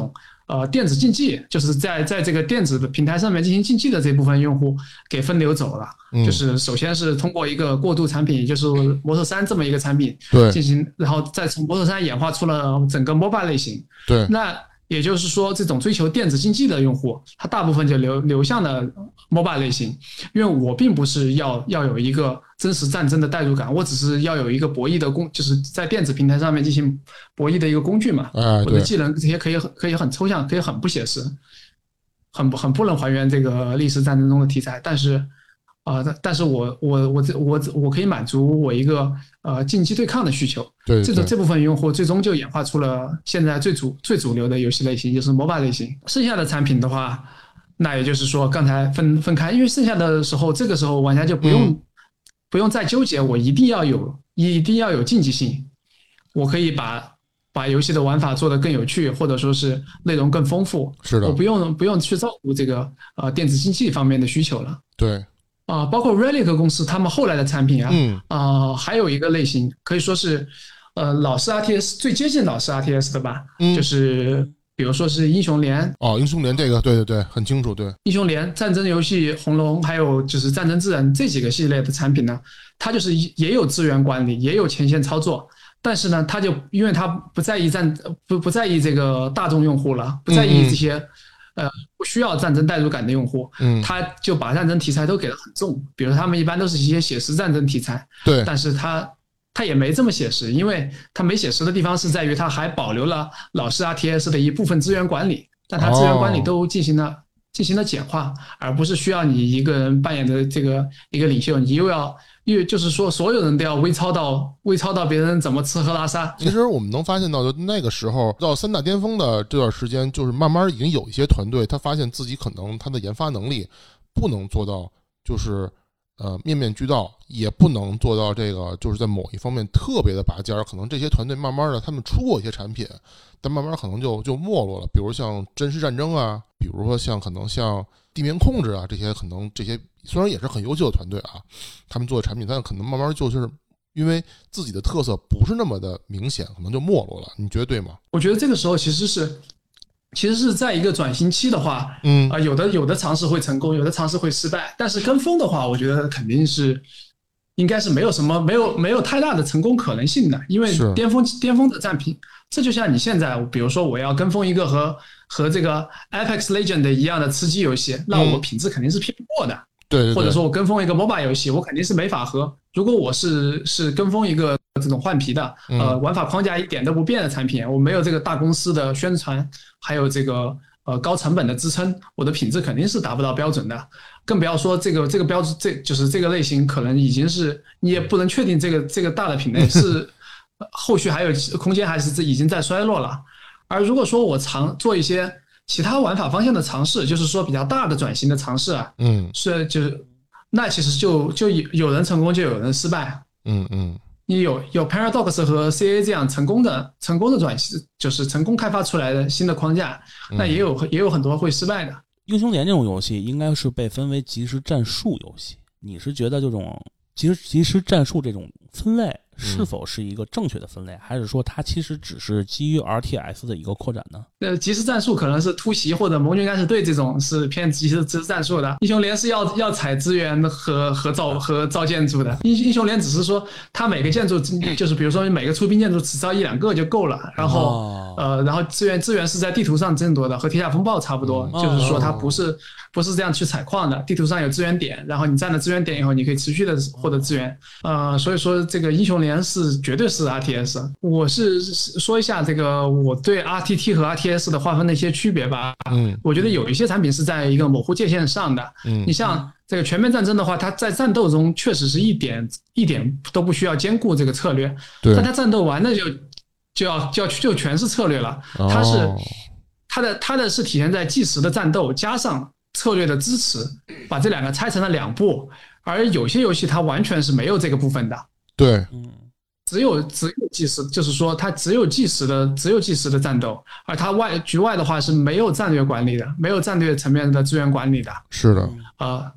电子竞技，就是在这个电子的平台上面进行竞技的这部分用户给分流走了。就是首先是通过一个过渡产品，也就是摩托3这么一个产品进行，然后再从摩托3演化出了整个 mobile 类型。 对， 那也就是说，这种追求电子竞技的用户，他大部分就流向了 mobile 类型，因为我并不是要有一个真实战争的代入感，我只是要有一个博弈的就是在电子平台上面进行博弈的一个工具嘛。我的技能这些可以很抽象，可以很不写实，很不能还原这个历史战争中的题材，但是我可以满足我一个竞技对抗的需求。 对， 这部分用户最终就演化出了现在最主流的游戏类型，就是 MOBA 类型。剩下的产品的话，那也就是说刚才分开，因为剩下的时候，这个时候玩家就不用再纠结我一定要有竞技性，我可以把游戏的玩法做得更有趣，或者说是内容更丰富。 是的， 我不用去照顾这个电子竞技方面的需求了。 对。 包括 Relic 公司他们后来的产品还有一个类型可以说是老式 RTS 最接近老式 RTS 的吧，就是比如说是英雄联。 英雄联这个对很清楚。对， 英雄联、战争游戏、红龙还有就是战争之人这几个系列的产品呢，它就是也有资源管理，也有前线操作，但是呢它就因为它不在意不在意这个大众用户了，不在意这些不需要战争代入感的用户，他就把战争题材都给得很重，比如他们一般都是一些写实战争题材， 对， 但是他也没这么写实，因为他没写实的地方是在于他还保留了老式 RTS 的一部分资源管理，但他资源管理都进行了简化，而不是需要你一个人扮演的这个一个领袖，你又就是说所有人都要微操到别人怎么吃喝拉撒。 其实我们能发现到，就那个时候到3大巅峰的这段时间，就是慢慢已经有一些团队他发现自己可能他的研发能力不能做到就是面面俱到，也不能做到这个就是在某一方面特别的拔尖，可能这些团队慢慢的他们出过一些产品，但慢慢可能就没落了，比如像真实战争啊，比如说可能像地面控制啊，这些可能这些虽然也是很优秀的团队啊，他们做的产品，但可能慢慢就是因为自己的特色不是那么的明显，可能就没落了。你觉得对吗？我觉得这个时候其实是在一个转型期的话，有的尝试会成功，有的尝试会失败，但是跟风的话，我觉得肯定是应该是没有太大的成功可能性的，因为巅峰的战品，这就像你现在比如说我要跟风一个和这个 Apex Legend 一样的吃鸡游戏，那我品质肯定是拼不过的。 对， 或者说我跟风一个 MOBA 游戏，我肯定是没法和。如果我是跟风一个这种换皮的玩法框架一点都不变的产品，我没有这个大公司的宣传，还有这个高成本的支撑，我的品质肯定是达不到标准的。更不要说这个标准，就是这个类型可能已经是你也不能确定这个大的品类是后续还有空间，还是已经在衰落了。而如果说我做一些其他玩法方向的尝试，就是说比较大的转型的尝试啊，那其实就有人成功就有人失败，你有 Paradox 和 CA 这样成功的转型，就是成功开发出来的新的框架，那也有很多会失败的。 英雄联这种游戏应该是被分为即时战术游戏，你是觉得这种即时战术这种分类是否是一个正确的分类，还是说它其实只是基于 RTS 的一个扩展呢？ 即时战术可能是突袭或者盟军敢死队这种是偏即时战术的，英雄联是要采资源和造建筑的。英雄联只是说它每个建筑就是比如说每个出兵建筑只造1-2个就够了，然后资源是在地图上争夺的，和铁甲风暴差不多，就是说它不是这样去采矿的，地图上有资源点，然后你占了资源点以后你可以持续的获得资源。所以说这个英雄联是绝对是 RTS。 我是说一下这个我对 RTT 和 RTS 的划分的一些区别吧。我觉得有一些产品是在一个模糊界限上的。你像这个全面战争的话，它在战斗中确实是一点都不需要兼顾这个策略，但它战斗完了就全是策略了。它的是体现在即时的战斗加上策略的支持，把这两个拆成了2部，而有些游戏它完全是没有这个部分的。 对， 只有即时，就是说它只有即时的战斗，而它局外的话是没有战略管理的，没有战略层面的资源管理的。 是的，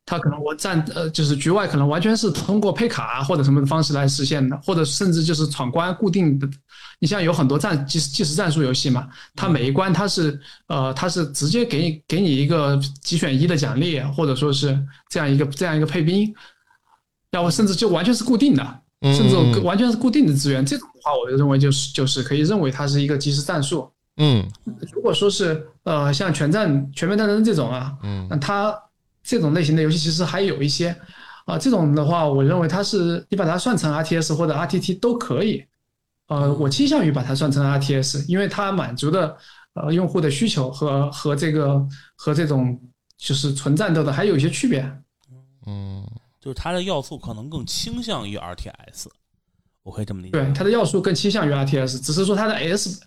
它可能就是局外可能完全是通过配卡或者什么的方式来实现的，或者甚至就是闯关固定的。你像有很多即时战术游戏嘛，它每一关它是直接给你一个几选一的奖励，或者说是这样一个配兵，要不甚至就完全是固定的，甚至完全是固定的资源。这种的话，我就认为就是可以认为它是一个即时战术。如果说是像全面战争这种啊，那它这种类型的游戏其实还有一些这种的话，我认为你把它算成 RTS 或者 RTT 都可以。我倾向于把它算成 RTS， 因为它满足的用户的需求和这种就是纯战斗的还有一些区别。 就是它的要素可能更倾向于 RTS， 我可以这么理解。 对，它的要素更倾向于 RTS， 只是说它的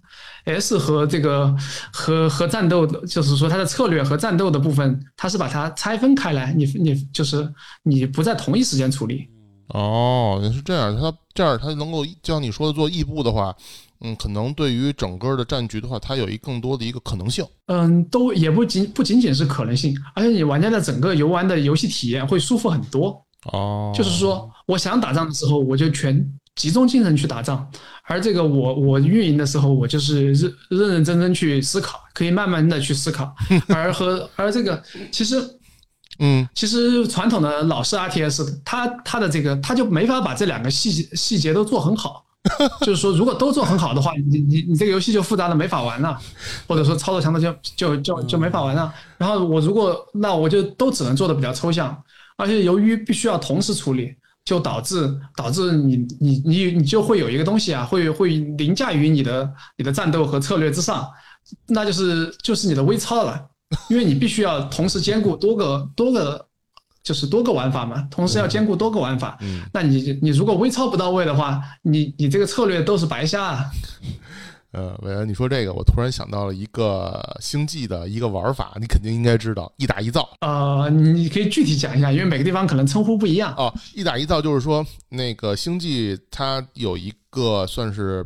S 和这个和战斗的，就是说它的策略和战斗的部分，它是把它拆分开来，你不在同一时间处理。 是这样，它能够就像你说的做异步的话，可能对于整个的战局的话，它有更多的一个可能性。 都也不仅仅是可能性，而且你玩家的整个游玩的游戏体验会舒服很多。就是说我想打仗的时候，我就全集中精神去打仗，而这个我运营的时候，我就是认真去思考，可以慢慢的去思考，而这个其实传统的老式 RTS， 它的这个它就没法把这两个细节都做很好。就是说，如果都做很好的话，你这个游戏就复杂的没法玩了，或者说操作强度就没法玩了。然后我就都只能做的比较抽象，而且由于必须要同时处理，就导致你就会有一个东西啊，会凌驾于你的战斗和策略之上，那就是你的微操了。因为你必须要同时兼顾多个玩法嘛，同时要兼顾多个玩法。那你如果微操不到位的话，你这个策略都是白瞎啊。 伟恩，你说这个，我突然想到了一个星际的一个玩法，你肯定应该知道，一打一造。 你可以具体讲一下，因为每个地方可能称呼不一样。 一打一造就是说，那个星际它有一个算是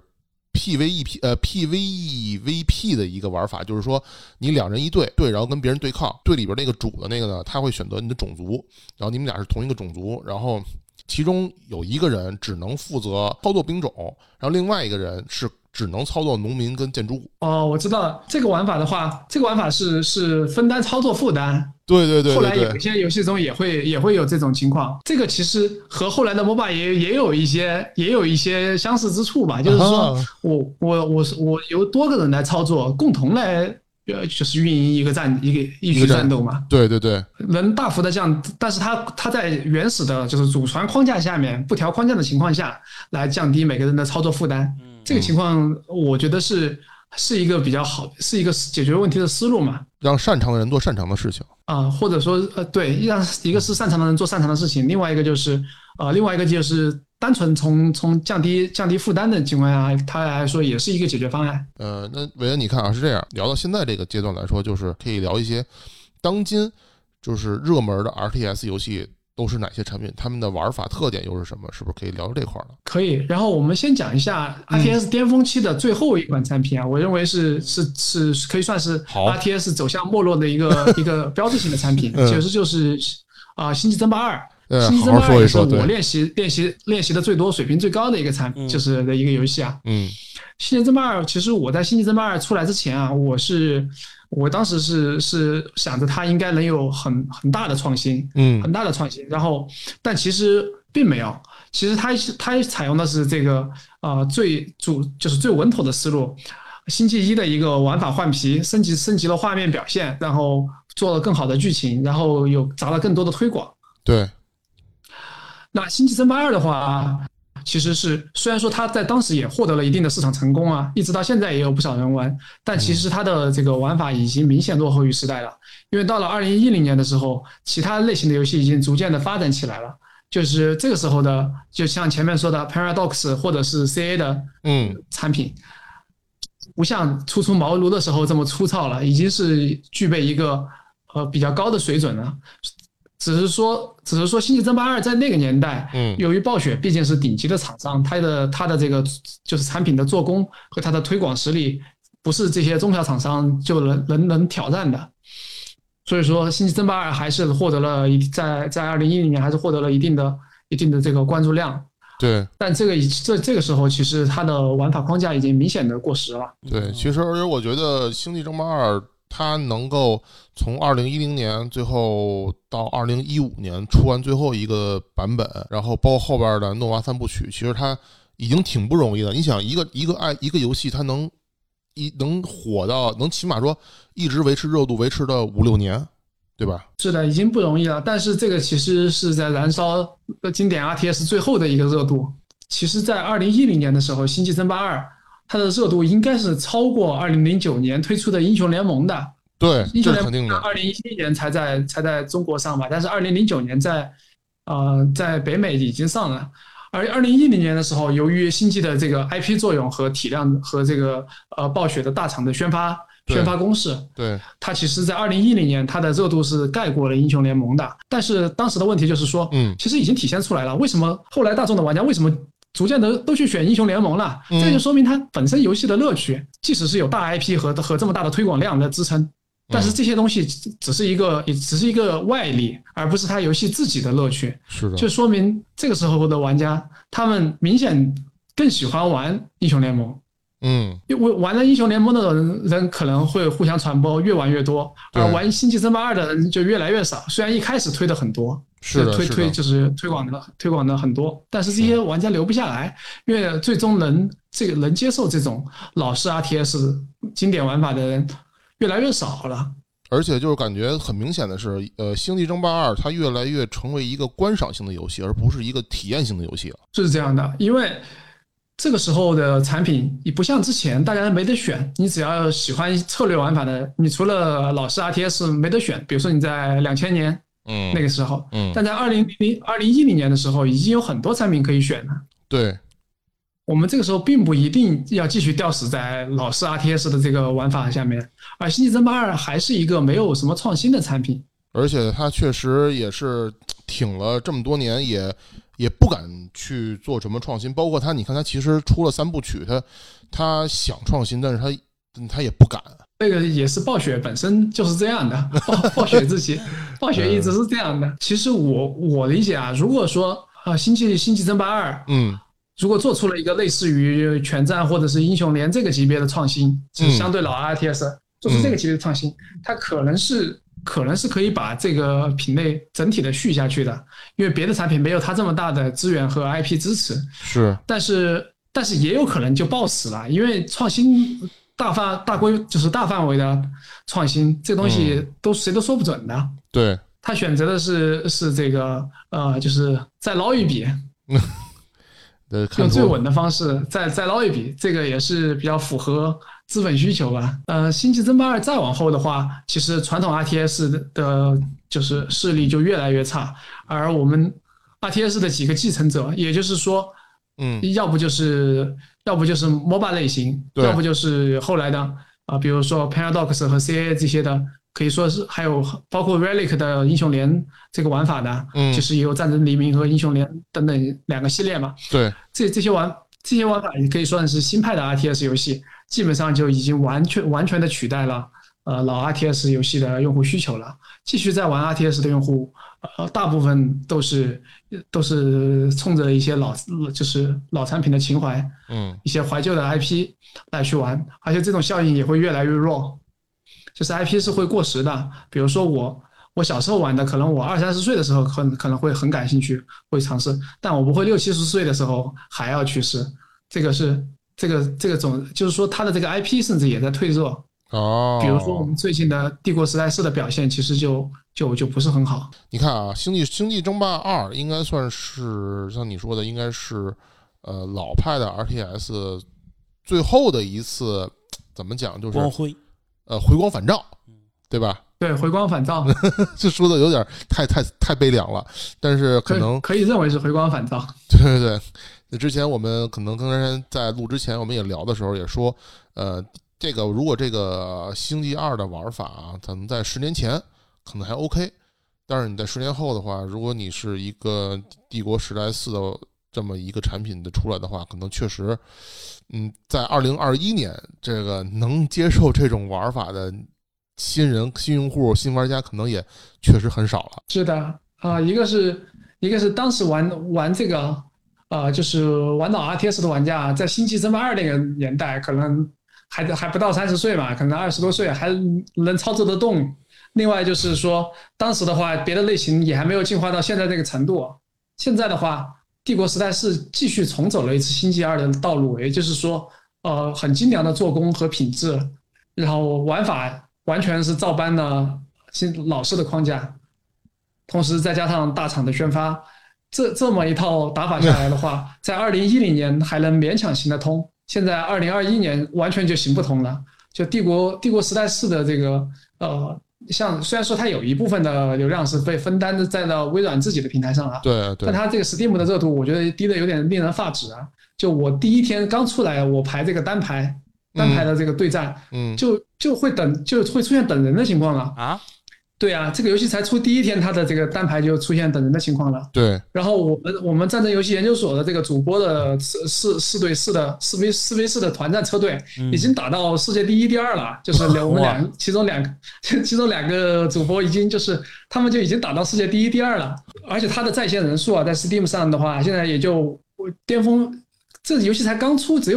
PVEVP 的一个玩法，就是说你2人一队，然后跟别人对抗，队里边那个主的那个呢，他会选择你的种族，然后你们俩是同一个种族，然后其中有一个人只能负责操作兵种，然后另外一个人是只能操作农民跟建筑。 我知道了，这个玩法的话，这个玩法是分担操作负担。 对。 后来有一些游戏中也会有这种情况。这个其实和后来的 MOBA 也有一些相似之处吧。就是说我由多个人来操作，共同来就是运营一局战斗嘛。 对， 能大幅的降，但是它在原始的就是祖传框架下面不调框架的情况下来降低每个人的操作负担。这个情况我觉得是一个比较好，是一个解决问题的思路嘛。 让擅长的人做擅长的事情或者说对，让一个是擅长的人做擅长的事情，另外一个就是单纯从降低负担的情况下，它来说也是一个解决方案。 那伟恩，你看是这样，聊到现在这个阶段来说，就是可以聊一些当今就是热门的 RTS 游戏都是哪些产品，他们的玩法特点又是什么？是不是可以聊到这块呢？ 可以。然后我们先讲一下 RTS 巅峰期的最后一款产品啊，我认为是可以算是 RTS 走向没落的一个标志性的产品，就是星际争霸2。星际争霸2也是我练习的最多、水平最高的一个就是的一个游戏啊。星际争霸2，其实我在星际争霸2出来之前啊，我当时是想着它应该能有很大的创新，很大的创新。然后，但其实并没有。其实它采用的是这个就是最稳妥的思路。星际1的一个玩法换皮，升级了画面表现，然后做了更好的剧情，然后又砸了更多的推广。 对。 那星际争霸2的话，其实虽然说它在当时也获得了一定的市场成功啊，一直到现在也有不少人玩，但其实它的这个玩法已经明显落后于时代了。因为到了2010年的时候，其他类型的游戏已经逐渐的发展起来了。就是这个时候的，就像前面说的 Paradox 或者是 CA 的产品，不像初出茅庐的时候这么粗糙了，已经是具备一个比较高的水准了。只是说《星际争霸2》在那个年代，由于暴雪毕竟是顶级的厂商，它的这个就是产品的做工和它的推广实力，不是这些中小厂商就能挑战的。 所以说，《星际争霸2》还是获得了在2010年还是获得了一定的这个关注量。 对， 但这个时候，其实它的玩法框架已经明显的过时了。 对，其实而且我觉得《星际争霸2》它能够从2010年最后到2015年出完最后一个版本，然后包括后边的诺娃3部曲，其实它已经挺不容易的。你想一个游戏它能火到能起码说一直维持热度维持到5-6年，对吧？ 是的，已经不容易了。但是这个其实是在燃烧经典 RTS 最后的一个热度。其实在2010年的时候，《星际争霸2》它的热度应该是超过2009年推出的英雄联盟的。 对， 英雄联盟这是肯定的。 2011年才在中国上吧，但是2009年在北美已经上了。而2010年的时候，由于星际的这个 IP 作用和体量和这个暴雪的大厂的宣发攻势， 对， 它其实在2010年它的热度是盖过了英雄联盟的。但是当时的问题就是说，其实已经体现出来了，为什么后来大众的玩家为什么逐渐的都去选英雄联盟了？这就说明它本身游戏的乐趣，即使是有大 IP 和这么大的推广量的支撑，但是这些东西只是一个外力，而不是它游戏自己的乐趣。 是的， 就说明这个时候的玩家，他们明显更喜欢玩英雄联盟。因为玩了英雄联盟的人可能会互相传播，越玩越多，而玩星际争霸2的人就越来越少。虽然一开始推的很多， 是的， 就是推广的很多，但是这些玩家留不下来，因为最终能接受这种老式 RTS 经典玩法的人越来越少了。 而且就是感觉很明显的是，星际争霸2它越来越成为一个观赏性的游戏，而不是一个体验性的游戏了。 是这样的，因为这个时候的产品也不像之前大家没得选，你只要喜欢策略玩法的，你除了老式 RTS 没得选。比如说你在2000年那个时候，但在2010年的时候已经有很多产品可以选了。 对， 我们这个时候并不一定要继续吊死在老式 RTS 的这个玩法下面，而星际争霸2还是一个没有什么创新的产品， 而且它确实也是挺了这么多年，也不敢去做什么创新。包括它，你看它其实出了3部曲，它想创新，但是它也不敢。 这个也是暴雪本身就是这样的，暴雪暴雪一直是这样的。其实我理解啊，如果说星际争霸2，如果做出了一个类似于全战或者是英雄联这个级别的创新，就是相对老 RTS 做出这个级别的创新，它可能是可以把这个品类整体的续下去的，因为别的产品没有它这么大的资源和 IP 支持。 是， 但是也有可能就爆死了，因为创新就是大范围的创新，这东西谁都说不准的。 对， 他选择的是这个就是再捞一笔。用最稳的方式再捞一笔，这个也是比较符合资本需求吧。星际争霸2再往后的话，其实传统 RTS 的就是势力就越来越差，而我们 RTS 的几个继承者，也就是说，要不就是 MOBA 类型，要不就是后来的比如说 Paradox 和 CA 这些的。可以说是还有包括 Relic 的英雄联这个玩法的，就是也有战争黎明和英雄联等等2个系列嘛。 对， 这些玩法也可以算是新派的 RTS 游戏，基本上就已经完全的取代了老 RTS 游戏的用户需求了。继续在玩 RTS 的用户，大部分都是冲着一些就是老产品的情怀，一些怀旧的 IP 来去玩，而且这种效应也会越来越弱。就是 IP 是会过时的，比如说我小时候玩的，可能我20-30岁的时候可能会很感兴趣，会尝试，但我不会60-70岁的时候还要去试。这个种，就是说它的这个 IP 甚至也在退热。比如说我们最近的《帝国时代4》的表现，其实就不是很好。 你看啊，星际争霸2应该算是像你说的，应该是老派的 RTS 最后的一次怎么讲，就是光辉。 回光返照，对吧？ 对，回光返照， 这说的有点太悲凉了，但是可以认为是回光返照。 对，之前我们可能刚才在录之前，我们也聊的时候也说，这个如果这个星际2的玩法啊，可能在10年前可能还 OK， 但是你在10年后的话，如果你是一个帝国时代4的这么一个产品的出来的话，可能确实。在2021年，这个能接受这种玩法的新人、新用户、新玩家可能也确实很少了。 是的一个是当时玩这个就是玩到 RTS 的玩家，在星际争霸2那个年代，可能还不到30岁嘛，可能20多岁还能操作得动。另外就是说，当时的话，别的类型也还没有进化到现在这个程度。现在的话，帝国时代是继续重走了一次星际2的道路，也就是说，很精良的做工和品质，然后玩法完全是照搬了老式的框架，同时再加上大厂的宣发，这么一套打法下来的话，在2010年还能勉强行得通，现在2021年完全就行不通了。就帝国时代4的这个像虽然说它有一部分的流量是被分担的在了微软自己的平台上对， 但它这个 Steam 的热度，我觉得低的有点令人发指啊！就我第一天刚出来，我排这个单排的这个对战，就会出现等人的情况了啊！ 对啊，这个游戏才出第一天，它的这个单排就出现等人的情况了。 对， 然后我们战争游戏研究所的这个主播的4对4的4v4的团战车队，已经打到世界第1、第2了。就是我们其中两个主播已经他们就已经打到世界第1、第2了。而且它的在线人数在 Steam 上的话，现在也就巅峰，这游戏才刚出，只有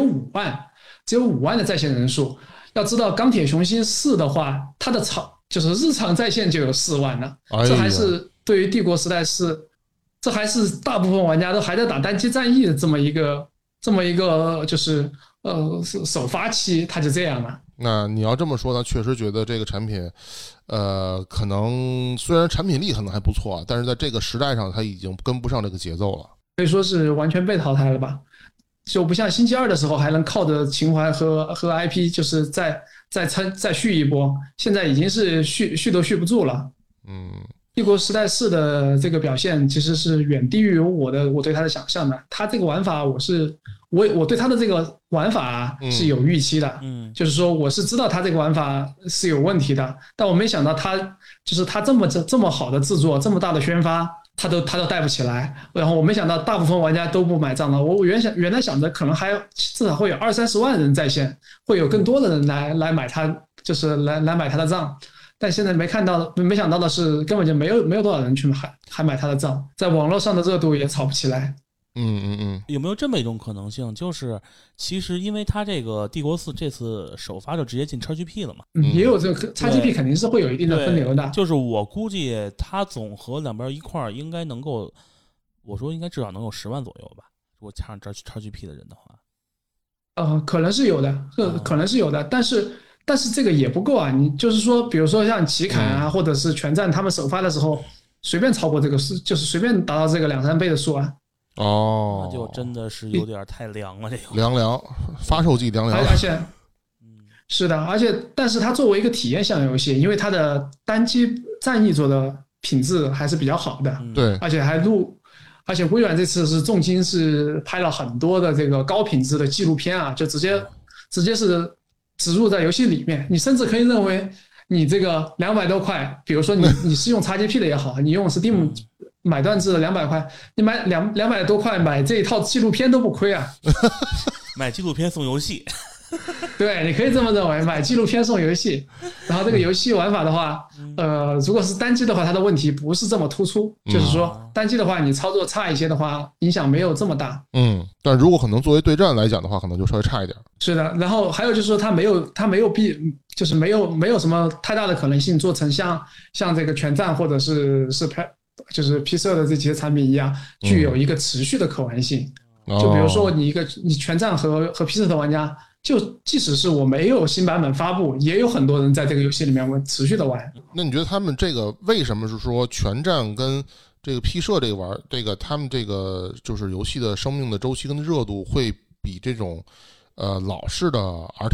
5万的在线人数。要知道，钢铁雄心4的话，它的就是日常在线就有4万了，这还是对于帝国时代这还是大部分玩家都还在打单机战役的这么一个就是首发期，它就这样了。 那你要这么说呢，确实觉得这个产品，可能虽然产品力可能还不错，但是在这个时代上，它已经跟不上这个节奏了， 可以说是完全被淘汰了吧。就不像星期2的时候还能靠着情怀和 IP 就是再续一波，现在已经是续都续不住了。帝国时代4的这个表现其实是远低于我对它的想象的。它这个玩法我对它的这个玩法是有预期的，就是说我是知道它这个玩法是有问题的，但我没想到它这么好的制作，这么大的宣发，他都带不起来，然后我没想到大部分玩家都不买账了。我原来想着可能还至少会有20-30万人在线，会有更多的人来买它，就是来买他的账。但现在没想到的是，根本就没有多少人去还买他的账，在网络上的热度也炒不起来。 有没有这么一种可能性，就是其实因为它这个帝国4这次首发就直接进 XGP 了嘛？ 也有这个 XGP 肯定是会有一定的分流的。 就是我估计它总和两边一块儿应该能够，我说应该至少能有10万左右吧。如果加上这 XGP 的人的话， 可能是有的，可能是有的，但是这个也不够啊！你就是说，比如说像奇坎或者是全战，他们首发的时候随便超过这个就是随便达到这个2-3倍的数啊。 那就真的是有点太凉了，这个凉，发售季凉， 而且，是的，但是它作为一个体验项游戏，因为它的单机战役做的品质还是比较好的， 对， 而且微软这次是重金是拍了很多的这个高品质的纪录片啊，就直接是植入在游戏里面，你甚至可以认为你这个200多块，比如说你是用 XGP 的也好，你用 Steam 买断制的200块，你买200多块买这一套纪录片都不亏啊！ 买纪录片送游戏， 对，你可以这么认为，买纪录片送游戏。然后这个游戏玩法的话，如果是单机的话，它的问题不是这么突出，就是说单机的话，你操作差一些的话，影响没有这么大。 但如果可能作为对战来讲的话，可能就稍微差一点。 是的，然后还有就是说，它没有就是没有什么太大的可能性做成像这个全战或者是就是 P-社 的这些产品一样，具有一个持续的可玩性。就比如说你全战和 P-社的玩家，就即使是我没有新版本发布，也有很多人在这个游戏里面持续的玩。 那你觉得他们这个为什么是说全战跟这个 P-社这个他们这个就是游戏的生命的周期跟热度会比这种老式的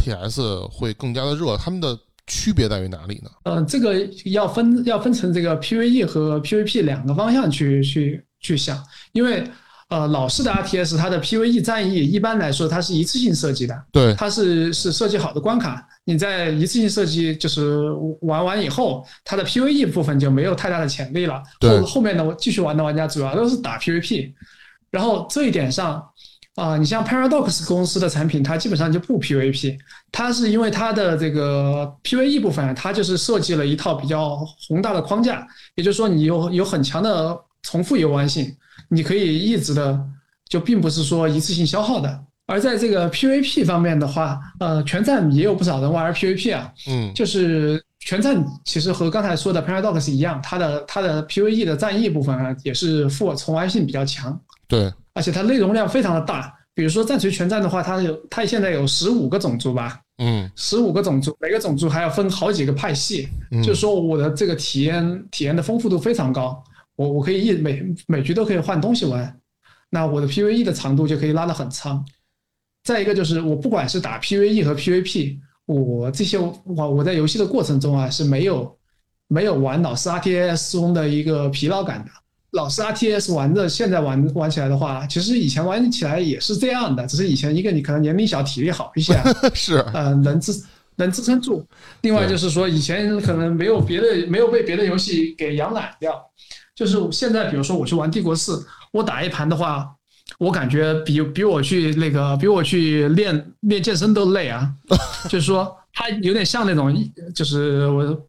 RTS 会更加的热？他们的区别在于哪里呢？ 这个要分成这个 PVE 和 PVP 两个方向去想，因为老式的 RTS 它的 PVE 战役一般来说它是一次性设计的， 对， 它是设计好的关卡，你在一次性设计就是玩完以后，它的 PVE 部分就没有太大的潜力了。后面的继续玩的玩家主要都是打 PVP， 然后这一点上， 你像 Paradox 公司的产品，它基本上就不 PVP， 它是因为它的这个 PVE 部分，它就是设计了一套比较宏大的框架，也就是说你有很强的重复游玩性，你可以一直的，就并不是说一次性消耗的。而在这个 PVP 方面的话，全站也有不少人玩 PVP 啊，就是全站其实和刚才说的 Paradox 一样，它的 PVE 的战役部分啊，也是重玩性比较强。 对， 而且它内容量非常的大。比如说战锤全站的话，它现在有15个种族吧，15个种族，每个种族还要分好几个派系，就是说我的这个体验的丰富度非常高，我可以每局都可以换东西玩，那我的 PVE 的长度就可以拉得很长。再一个就是我不管是打 PVE 和 PVP， 我在游戏的过程中啊是没有玩老式 RTS 中的一个疲劳感的。老式 RTS 现在玩起来的话，其实以前玩起来也是这样的，只是以前一个你可能年龄小，体力好一些， 是能支撑住。另外就是说，以前可能没有被别的游戏给养懒掉。就是现在，比如说我去玩帝国4，我打一盘的话，我感觉比我去练健身都累啊。就是说，它有点像那种，就是我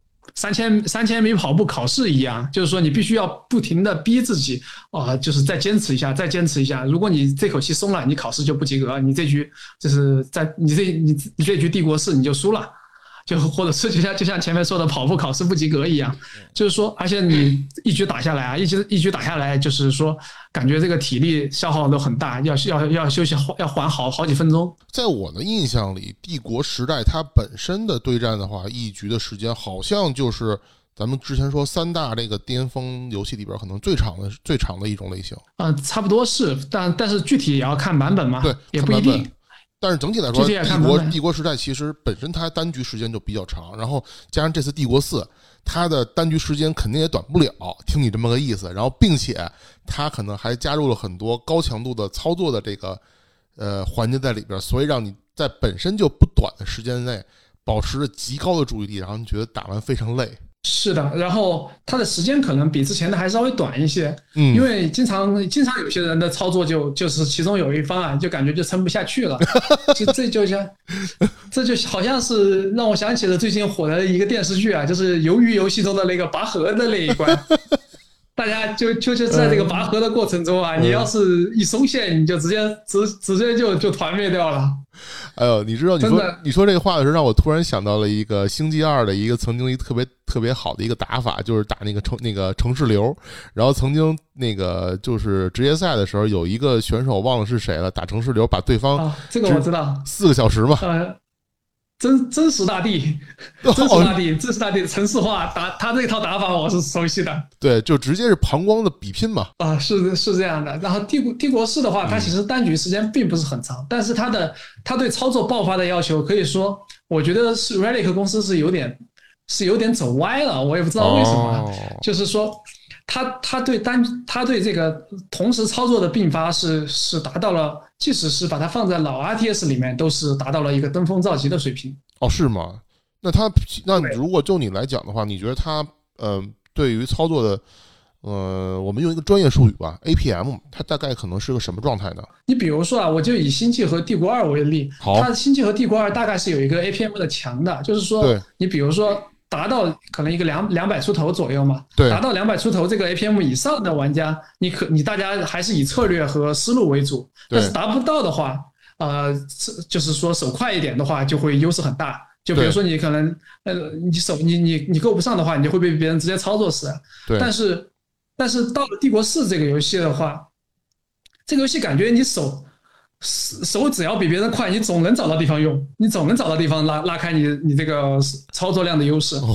3000米跑步考试一样，就是说你必须要不停的逼自己就是再坚持一下，再坚持一下。如果你这口气松了，你考试就不及格，你这局就是你这局帝国4你就输了。就或者是就像前面说的跑步考试不及格一样，就是说，而且你一局打下来啊，一局打下来，就是说感觉这个体力消耗都很大，要休息，要缓好几分钟。 在我的印象里，帝国时代它本身的对战的话，一局的时间好像就是咱们之前说3大这个巅峰游戏里边可能最长的一种类型。 差不多是，但是具体也要看版本嘛， 对， 也不一定。 但是整体来说，帝国时代其实本身它单局时间就比较长，然后加上这次帝国4，它的单局时间肯定也短不了，听你这么个意思。然后并且它可能还加入了很多高强度的操作的这个环节在里边，所以让你在本身就不短的时间内保持着极高的注意力，然后你觉得打完非常累。 是的，然后它的时间可能比之前的还稍微短一些，因为经常有些人的操作就是其中有一方啊，就感觉就撑不下去了，这就好像是让我想起了最近火的一个电视剧啊，就是鱿鱼游戏中的那个拔河的那一关。大家就在这个拔河的过程中啊，你要是一松懈，你就直接就团灭掉了。 哎呦，你知道你说这个话的时候，让我突然想到了一个星际2的一个曾经一个特别好的一个打法，就是打那个城市流。然后曾经那个就是职业赛的时候，有一个选手忘了是谁了，打城市流把对方这个我知道 4个小时嘛。 真实大地城市化他这套打法我是熟悉的。 对，就直接是膀胱的比拼嘛。 是这样的。然后帝国4的话，它其实单局时间并不是很长，但是它对操作爆发的要求，可以说我觉得是 Relic 公司是有点走歪了，我也不知道为什么。就是说他对这个同时操作的并发是达到了，即使是把它放在老 RTS 里面，都是达到了一个登峰造极的水平。 是吗？那如果就你来讲的话，你觉得他对于操作的我们用一个专业术语吧 ，APM， 它大概可能是个什么状态呢？ 你比如说啊，我就以星际和帝国2为例，它星际和帝国2大概是有一个 APM 的强的，就是说你比如说达到可能一个200出头左右嘛， 对， 达到200出头这个 APM 以上的玩家，你大家还是以策略和思路为主，但是达不到的话，就是说手快一点的话，就会优势很大。就比如说你可能你够不上的话，你就会被别人直接操作死。 对， 但是到了帝国4这个游戏的话，这个游戏感觉你手只要比别人快，你总能找到地方用，你总能找到地方拉开你这个操作量的优势。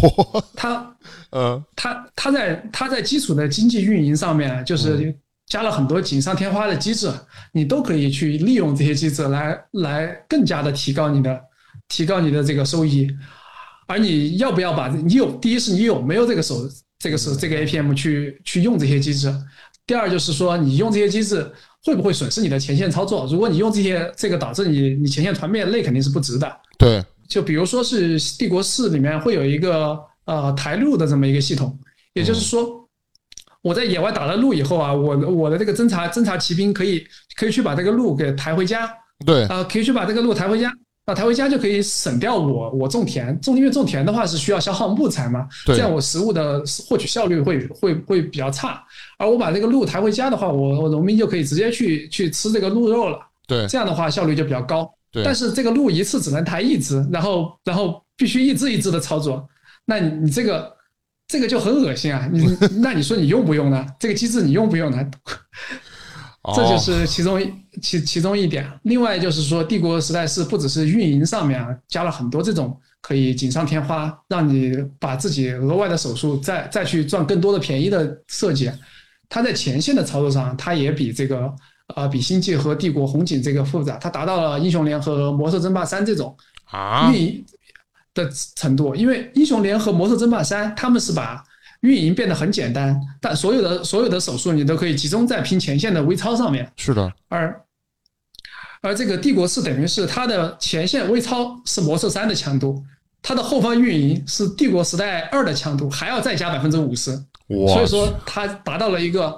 它在基础的经济运营上面，就是加了很多锦上添花的机制，你都可以去利用这些机制来更加的提高你的这个收益。而你要不要第一是你有没有这个 APM 去用这些机制，第二就是说你用这些机制会不会损失你的前线操作？如果你用这个导致你前线团灭，那肯定是不值的。 对， 就比如说是帝国4里面会有一个台路的这么一个系统，也就是说我在野外打了鹿以后啊，我的这个侦察骑兵可以去把这个鹿给抬回家， 对可以去把这个鹿抬回家。抬回家就可以省掉我种田，因为种田的话是需要消耗木材嘛，这样我食物的获取效率会比较差。而我把这个鹿抬回家的话，我农民就可以直接去吃这个鹿肉了， 对， 这样的话效率就比较高。 对， 但是这个鹿一次只能抬一只，然后必须一只一只的操作，那你这个就很恶心啊！那你说你用不用呢？这个机制你用不用呢？这就是其中一点。另外就是说，帝国时代是不只是运营上面啊，加了很多这种可以锦上添花，让你把自己额外的手术再去赚更多的便宜的设计。它在前线的操作上，它也比这个比星际和帝国红警这个复杂，它达到了英雄联和魔兽争霸3这种运营的程度。因为英雄联和魔兽争霸3他们是把运营变得很简单，但所有的手术你都可以集中在拼前线的微操上面。 是的， 而这个帝国是等于是它的前线微操是魔兽3的强度，它的后方运营是帝国时代2的强度，还要再加50%。所以说它达到了一个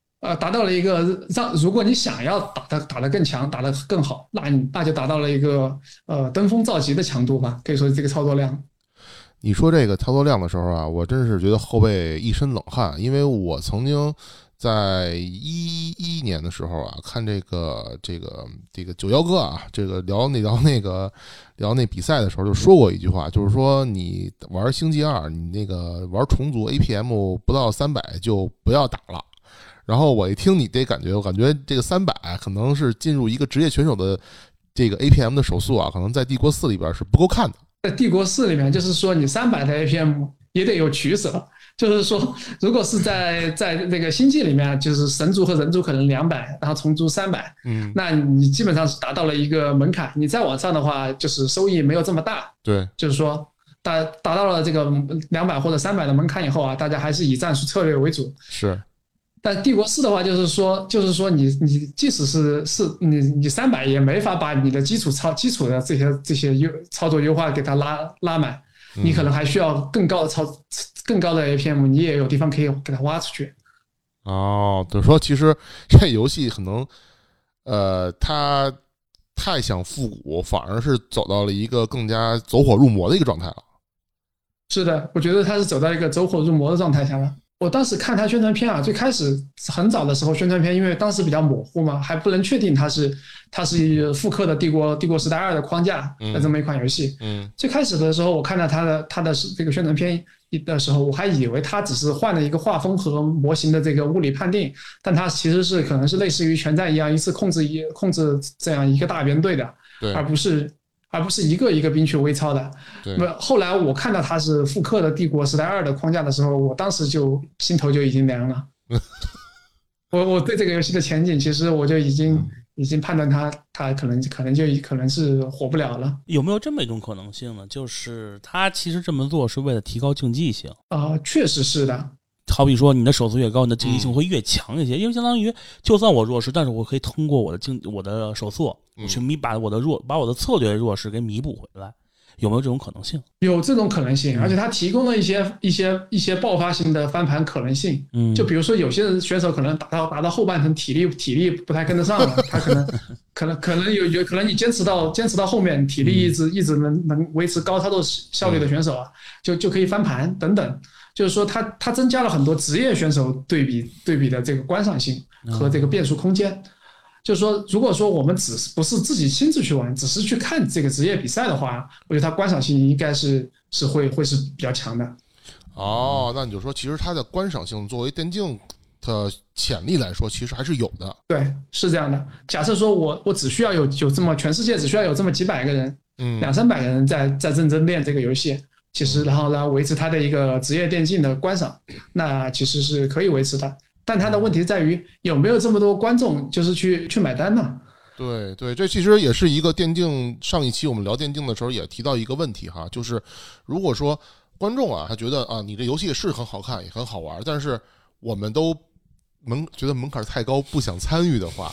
如果你想要打得更强，打得更好，那就达到了一个登峰造极的强度吧，可以说这个操作量。 你说这个操作量的时候啊，我真是觉得后背一身冷汗，因为我曾经在11年的时候啊，看这个九幺哥啊，这个聊那比赛的时候就说过一句话，就是说你玩星际2，你那个玩虫族 APM 不到300就不要打了。然后我一听你这感觉，我感觉这个300可能是进入一个职业选手的这个 APM 的手速啊，可能在帝国4里边是不够看的。 在帝国4里面，就是说你300的 APM 也得有取舍，就是说如果是在这个星际里面，就是神族和人族可能200，然后虫族300，那你基本上是达到了一个门槛。你再往上的话，就是收益没有这么大。 对， 就是说达到了这个200或者300的门槛以后啊，大家还是以战术策略为主。 是。 但帝国4的话，就是说你即使是你300也没法把你的基础的这些操作优化给它拉满，你可能还需要更高的APM， 你也有地方可以给它挖出去。 就是说其实这游戏可能它太想复古，反而是走到了一个更加走火入魔的一个状态了。是的，我觉得它是走到一个走火入魔的状态下了。我当时看他宣传片啊，最开始很早的时候宣传片，因为当时比较模糊嘛，还不能确定它是复刻的帝国时代2的框架的这么一款游戏。最开始的时候，我看到它的这个宣传片的时候，我还以为它只是换了一个画风和模型的这个物理判定，但它其实是可能是类似于全战一样，一次控制这样一个大编队的，而不是一个一个兵去微操的。后来我看到它是复刻的帝国时代2的框架的时候，我当时就心头就已经凉了。我对这个游戏的前景，其实我就已经判断它可能是火不了了。 有没有这么一种可能性呢？就是它其实这么做是为了提高竞技性确实是的。 好比说你的手速越高，你的竞技性会越强一些，因为相当于就算我弱势，但是我可以通过我的手速去把我的策略弱势给弥补回来。有没有这种可能性？有这种可能性，而且它提供了一些爆发型的翻盘可能性。就比如说有些选手可能打到后半程体力不太跟得上了，他可能你坚持到后面体力一直能维持高操作效率的选手啊，就可以翻盘等等。就是说它增加了很多职业选手对比的这个观赏性和这个变数空间。就是说，如果说我们不是自己亲自去玩，只是去看这个职业比赛的话，我觉得它观赏性应该是会是比较强的。 那你就说，其实它的观赏性作为电竞的潜力来说，其实还是有的。 对，是这样的。假设说我只需要有这么全世界只需要有这么几百个人，200-300个人在认真练这个游戏，其实然后来维持它的一个职业电竞的观赏，那其实是可以维持的。但它的问题在于有没有这么多观众就是去买单呢？ 对，这其实也是一个电竞。上一期我们聊电竞的时候也提到一个问题哈，就是如果说观众他觉得你这游戏是很好看也很好玩，但是我们都觉得门槛太高不想参与的话，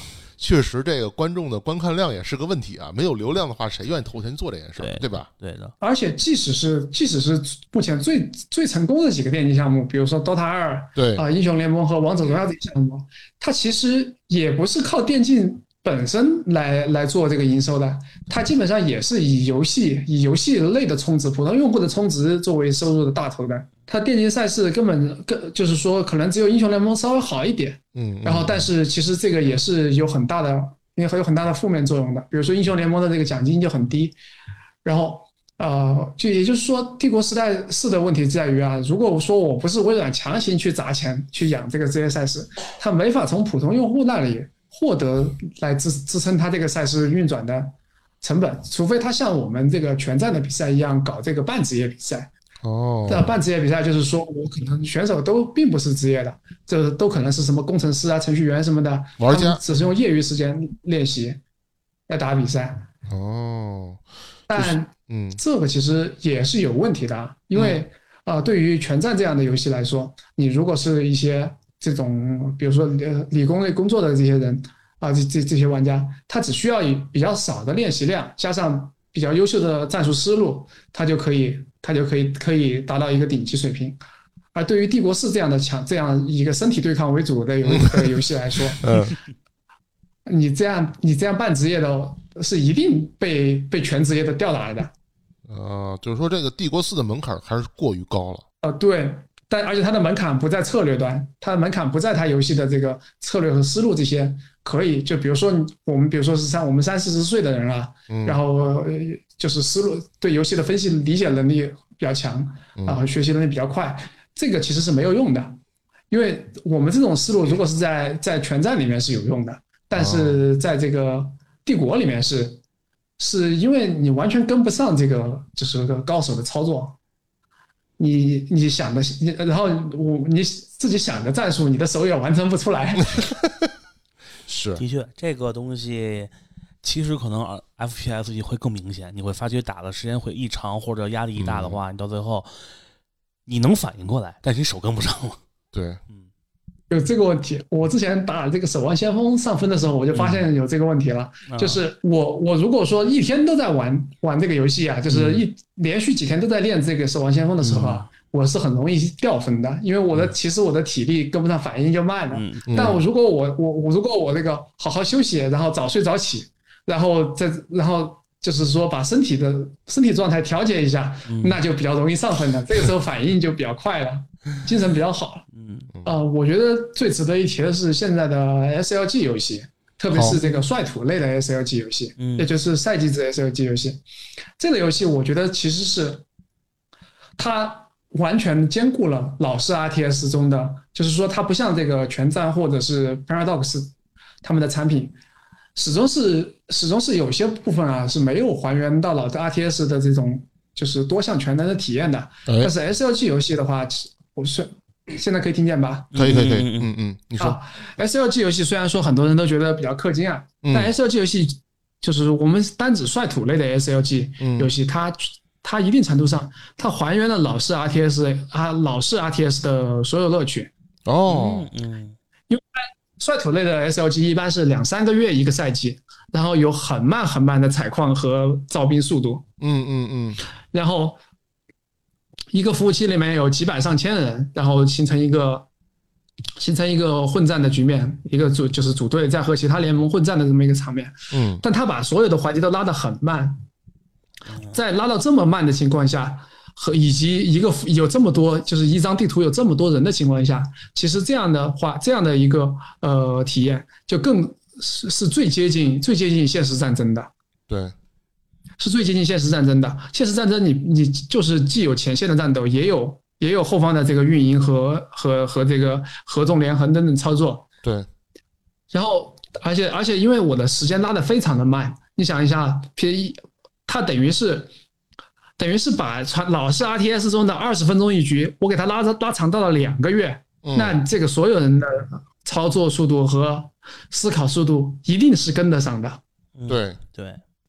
确实这个观众的观看量也是个问题啊，没有流量的话，谁愿意投钱做这件事儿，对吧？ 对的。 而且即使是目前最成功的几个电竞项目，比如说 DOTA 2， 对英雄联盟和王者荣耀这些项目，它其实也不是靠电竞本身来做这个营收的，它基本上也是以游戏类的充值、普通用户的充值作为收入的大头的。它电竞赛事根本就是说，可能只有英雄联盟稍微好一点，然后但是其实这个也是有很大的，因为有很大的负面作用的。比如说英雄联盟的这个奖金就很低，然后就也就是说，帝国时代4的问题在于啊，如果说我不是微软强行去砸钱去养这个职业赛事，它没法从普通用户那里获得来支撑它这个赛事运转的成本，除非它像我们这个全站的比赛一样搞这个半职业比赛。半职业比赛就是说我可能选手都并不是职业的，这都可能是什么工程师啊、程序员什么的， 玩家只是用业余时间练习来打比赛。但这个其实也是有问题的，因为对于全站这样的游戏来说，你如果是一些这种比如说理工类工作的这些人这些玩家，他只需要以比较少的练习量加上比较优秀的战术思路，他就可以达到一个顶级水平。而对于帝国4这样一个身体对抗为主的游戏来说，你这样半职业的是一定被全职业的吊打来的。 就是说这个帝国4的门槛还是过于高了。 对，而且它的门槛不在策略端，它的门槛不在它游戏的这个策略和思路这些。可以，就比如说我们是我们30-40岁的人啊，然后就是思路对游戏的分析理解能力比较强，然后学习能力比较快，这个其实是没有用的，因为我们这种思路如果是在全站里面是有用的，但是在这个帝国里面是因为你完全跟不上这个就是个高手的操作，你想的，然后你自己想的战术，你的手也完成不出来。 是， 的确，这个东西其实可能 FPS 会更明显，你会发觉打的时间会一长或者压力一大的话，你到最后你能反应过来，但是你手跟不上了。 对， 有这个问题。我之前打这个守望先锋上分的时候，我就发现有这个问题了。就是我如果说一天都在玩这个游戏啊，就是连续几天都在练这个守望先锋的时候啊，我是很容易掉分的，因为其实我的体力跟不上，反应就慢了。但如果我这个好好休息，然后早睡早起，然后就是说把身体状态调节一下，那就比较容易上分了。这个时候反应就比较快了，精神比较好了。我觉得最值得一提的是现在的 SLG 游戏，特别是这个率土类的 SLG 游戏，也就是赛季制 SLG 游戏。这个游戏我觉得其实是它完全兼顾了老式 RTS 中的，就是说它不像这个全站或者是 Paradox 他们的产品，始终是有些部分啊是没有还原到老的 RTS 的这种就是多项全能的体验的。但是 SLG 游戏的话，现在可以听见吧？ 可以，你说。 SLG 游戏虽然说很多人都觉得比较氪金啊，但 SLG 游戏就是我们单指率土类的 SLG 游戏，它一定程度上它还原了老式 RTS 的所有乐趣。因为率土类的 SLG 一般是2-3个月一个赛季，然后有很慢的采矿和造兵速度。然后一个服务器里面有几百上千人，然后形成一个混战的局面，一个就是组队在和其他联盟混战的这么一个场面。但他把所有的环节都拉得很慢，在拉到这么慢的情况下，以及有这么多就是一张地图有这么多人的情况下，其实这样的一个体验就更是最接近现实战争的。 对。 是最接近现实战争的。现实战争你就是既有前线的战斗，也有后方的这个运营和这个合纵连横等等操作。 对。 然后而且因为我的时间拉得非常的慢，你想一下 P1 它等于是把老式 RTS 中的20分钟一局，我给它拉长到了2个月。那这个所有人的操作速度和思考速度一定是跟得上的。 对。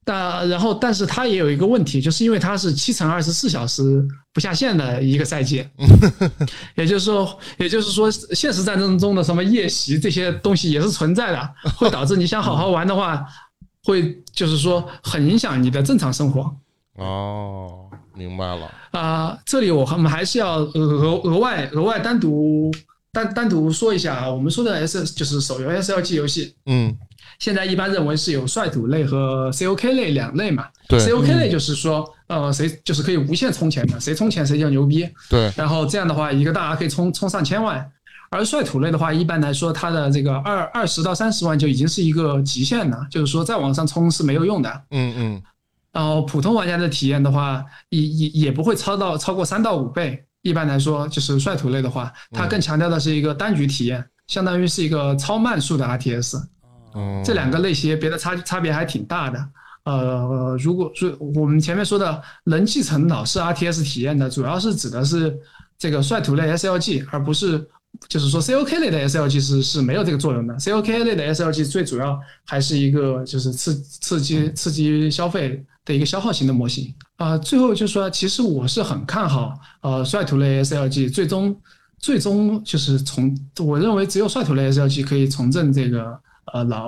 但是它也有一个问题，就是因为它是7乘24小时不下线的一个赛季，也就是说，现实战争中的什么夜袭这些东西也是存在的，会导致你想好好玩的话，会就是说很影响你的正常生活。 哦，明白了。 这里我们还是要额外单独说一下啊，我们说的就是手游 SLG 游戏，现在一般认为是有率土类和 COK 类两类嘛。 对 ，COK 类就是说，谁就是可以无限充钱的，谁充钱谁就牛逼。 对， 然后这样的话，一个大家可以充上千万。而率土类的话，一般来说，它的这个20到30万就已经是一个极限了，就是说再往上冲是没有用的。然后普通玩家的体验的话，也不会超过3到5倍。一般来说，就是率土类的话，它更强调的是一个单局体验，相当于是一个超慢速的 RTS。这两个类型别的差别还挺大的。如果是我们前面说的能继承老式 RTS 体验的，主要是指的是这个率土类 SLG， 而不是就是说 COK 类的 SLG 是没有这个作用的。COK 类的 SLG 最主要还是一个就是刺激消费的一个消耗型的模型。最后就是说，其实我是很看好率土类 SLG 最终就是我认为只有率土类 SLG 可以重振这个老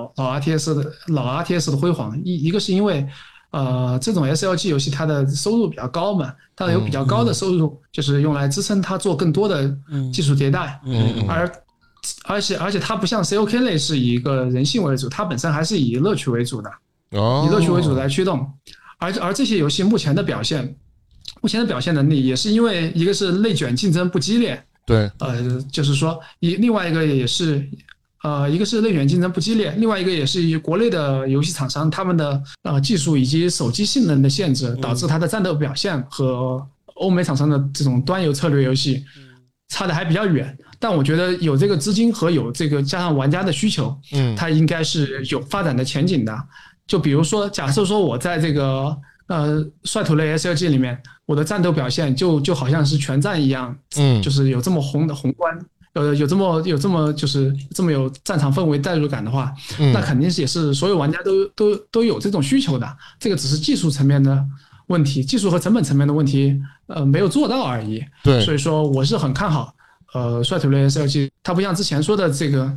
RTS 的辉煌。一个是因为这种 SLG 游戏它的收入比较高嘛，它有比较高的收入，就是用来支撑它做更多的技术迭代。而且它不像 COK 类是以一个人性为主，它本身还是以乐趣为主的，以乐趣为主来驱动。而这些游戏目前的表现能力，也是因为一个是内卷竞争不激烈， 对， 就是说另外一个也是一个是内卷竞争不激烈，另外一个也是国内的游戏厂商他们的技术以及手机性能的限制，导致它的战斗表现和欧美厂商的这种端游策略游戏差的还比较远。但我觉得有这个资金和有这个加上玩家的需求，它应该是有发展的前景的。就比如说，假设说我在这个率土类 SLG 里面，我的战斗表现就好像是全战一样，就是有这么宏观，有这么就是这么有战场氛围代入感的话，那肯定是也是所有玩家都有这种需求的。这个只是技术层面的问题，技术和成本层面的问题，没有做到而已。 对， 所以说我是很看好率土类 SLG， 它不像之前说的这个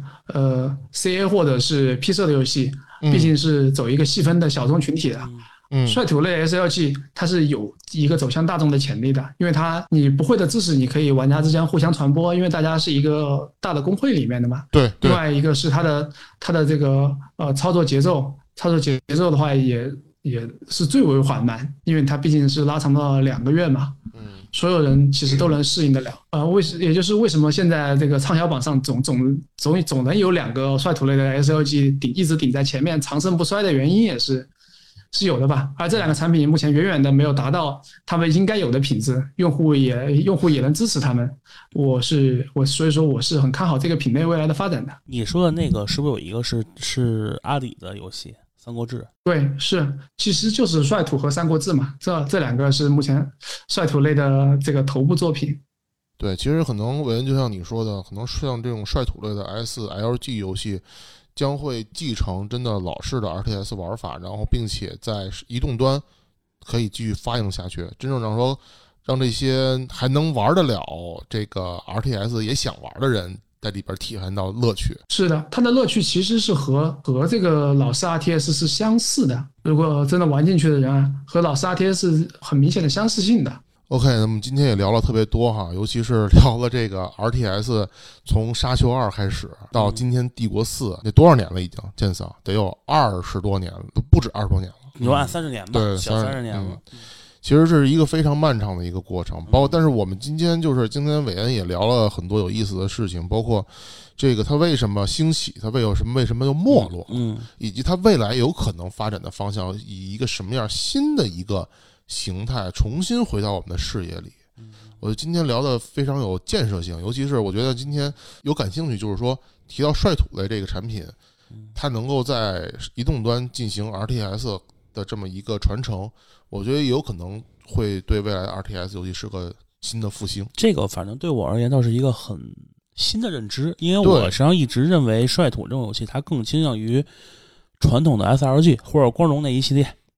CA 或者是 P 社的游戏，毕竟是走一个细分的小众群体的。率土类 SLG 它是有一个走向大众的潜力的，因为你不会的知识你可以玩家之间互相传播，因为大家是一个大的公会里面的嘛。 对。 另外一个是它的这个操作节奏的话也是最为缓慢，因为它毕竟是拉长到2个月嘛。所有人其实都能适应得了。也就是为什么现在这个畅销榜上总能有2个率土类的 SLG 一直顶在前面长盛不衰的原因也是有的吧。而这2个产品目前远远的没有达到他们应该有的品质，用户也能支持他们。所以说我是很看好这个品类未来的发展的。 你说的那个是不是有一个是阿里的游戏三国志？ 对，其实就是率土和三国志嘛，这2个是目前率土类的这个头部作品。 对，其实可能伟恩就像你说的，可能像这种率土类的 SLG 游戏将会继承真的老式的 RTS 玩法，然后并且在移动端可以继续发扬下去，真正让这些还能玩得了这个 RTS 也想玩的人在里边体验到乐趣。是的，它的乐趣其实是和这个老式 RTS 是相似的，如果真的玩进去的人啊，和老式 RTS 很明显的相似性的。OK， 那么今天也聊了特别多哈，尤其是聊了这个 RTS 从沙丘2开始到今天帝国4，那多少年了已经？剑嫂得有20多年了，都不止20多年了。 你就按30年吧， 对， 小30年了。 其实是一个非常漫长的一个过程，包括但是我们今天伟恩也聊了很多有意思的事情，包括这个它为什么兴起，它为什么又没落，以及它未来有可能发展的方向，以一个什么样新的一个形态重新回到我们的视野里。我觉得今天聊的非常有建设性，尤其是我觉得今天有感兴趣，就是说提到率土类这个产品，它能够在移动端进行 RTS 的这么一个传承，我觉得有可能会对未来的 RTS 游戏是个新的复兴。这个反正对我而言倒是一个很新的认知，因为我实际上一直认为率土这种游戏它更倾向于传统的 SLG 或者光荣那一系列，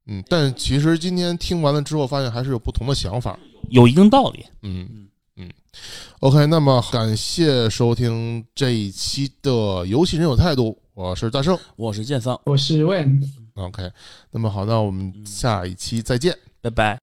但其实今天听完了之后，发现还是有不同的想法， 有一定道理。 OK， 那么感谢收听这一期的游戏人有态度，我是大圣， 我是剑桑， 我是 Wen。 OK， 那么好，那我们下一期再见， 拜拜。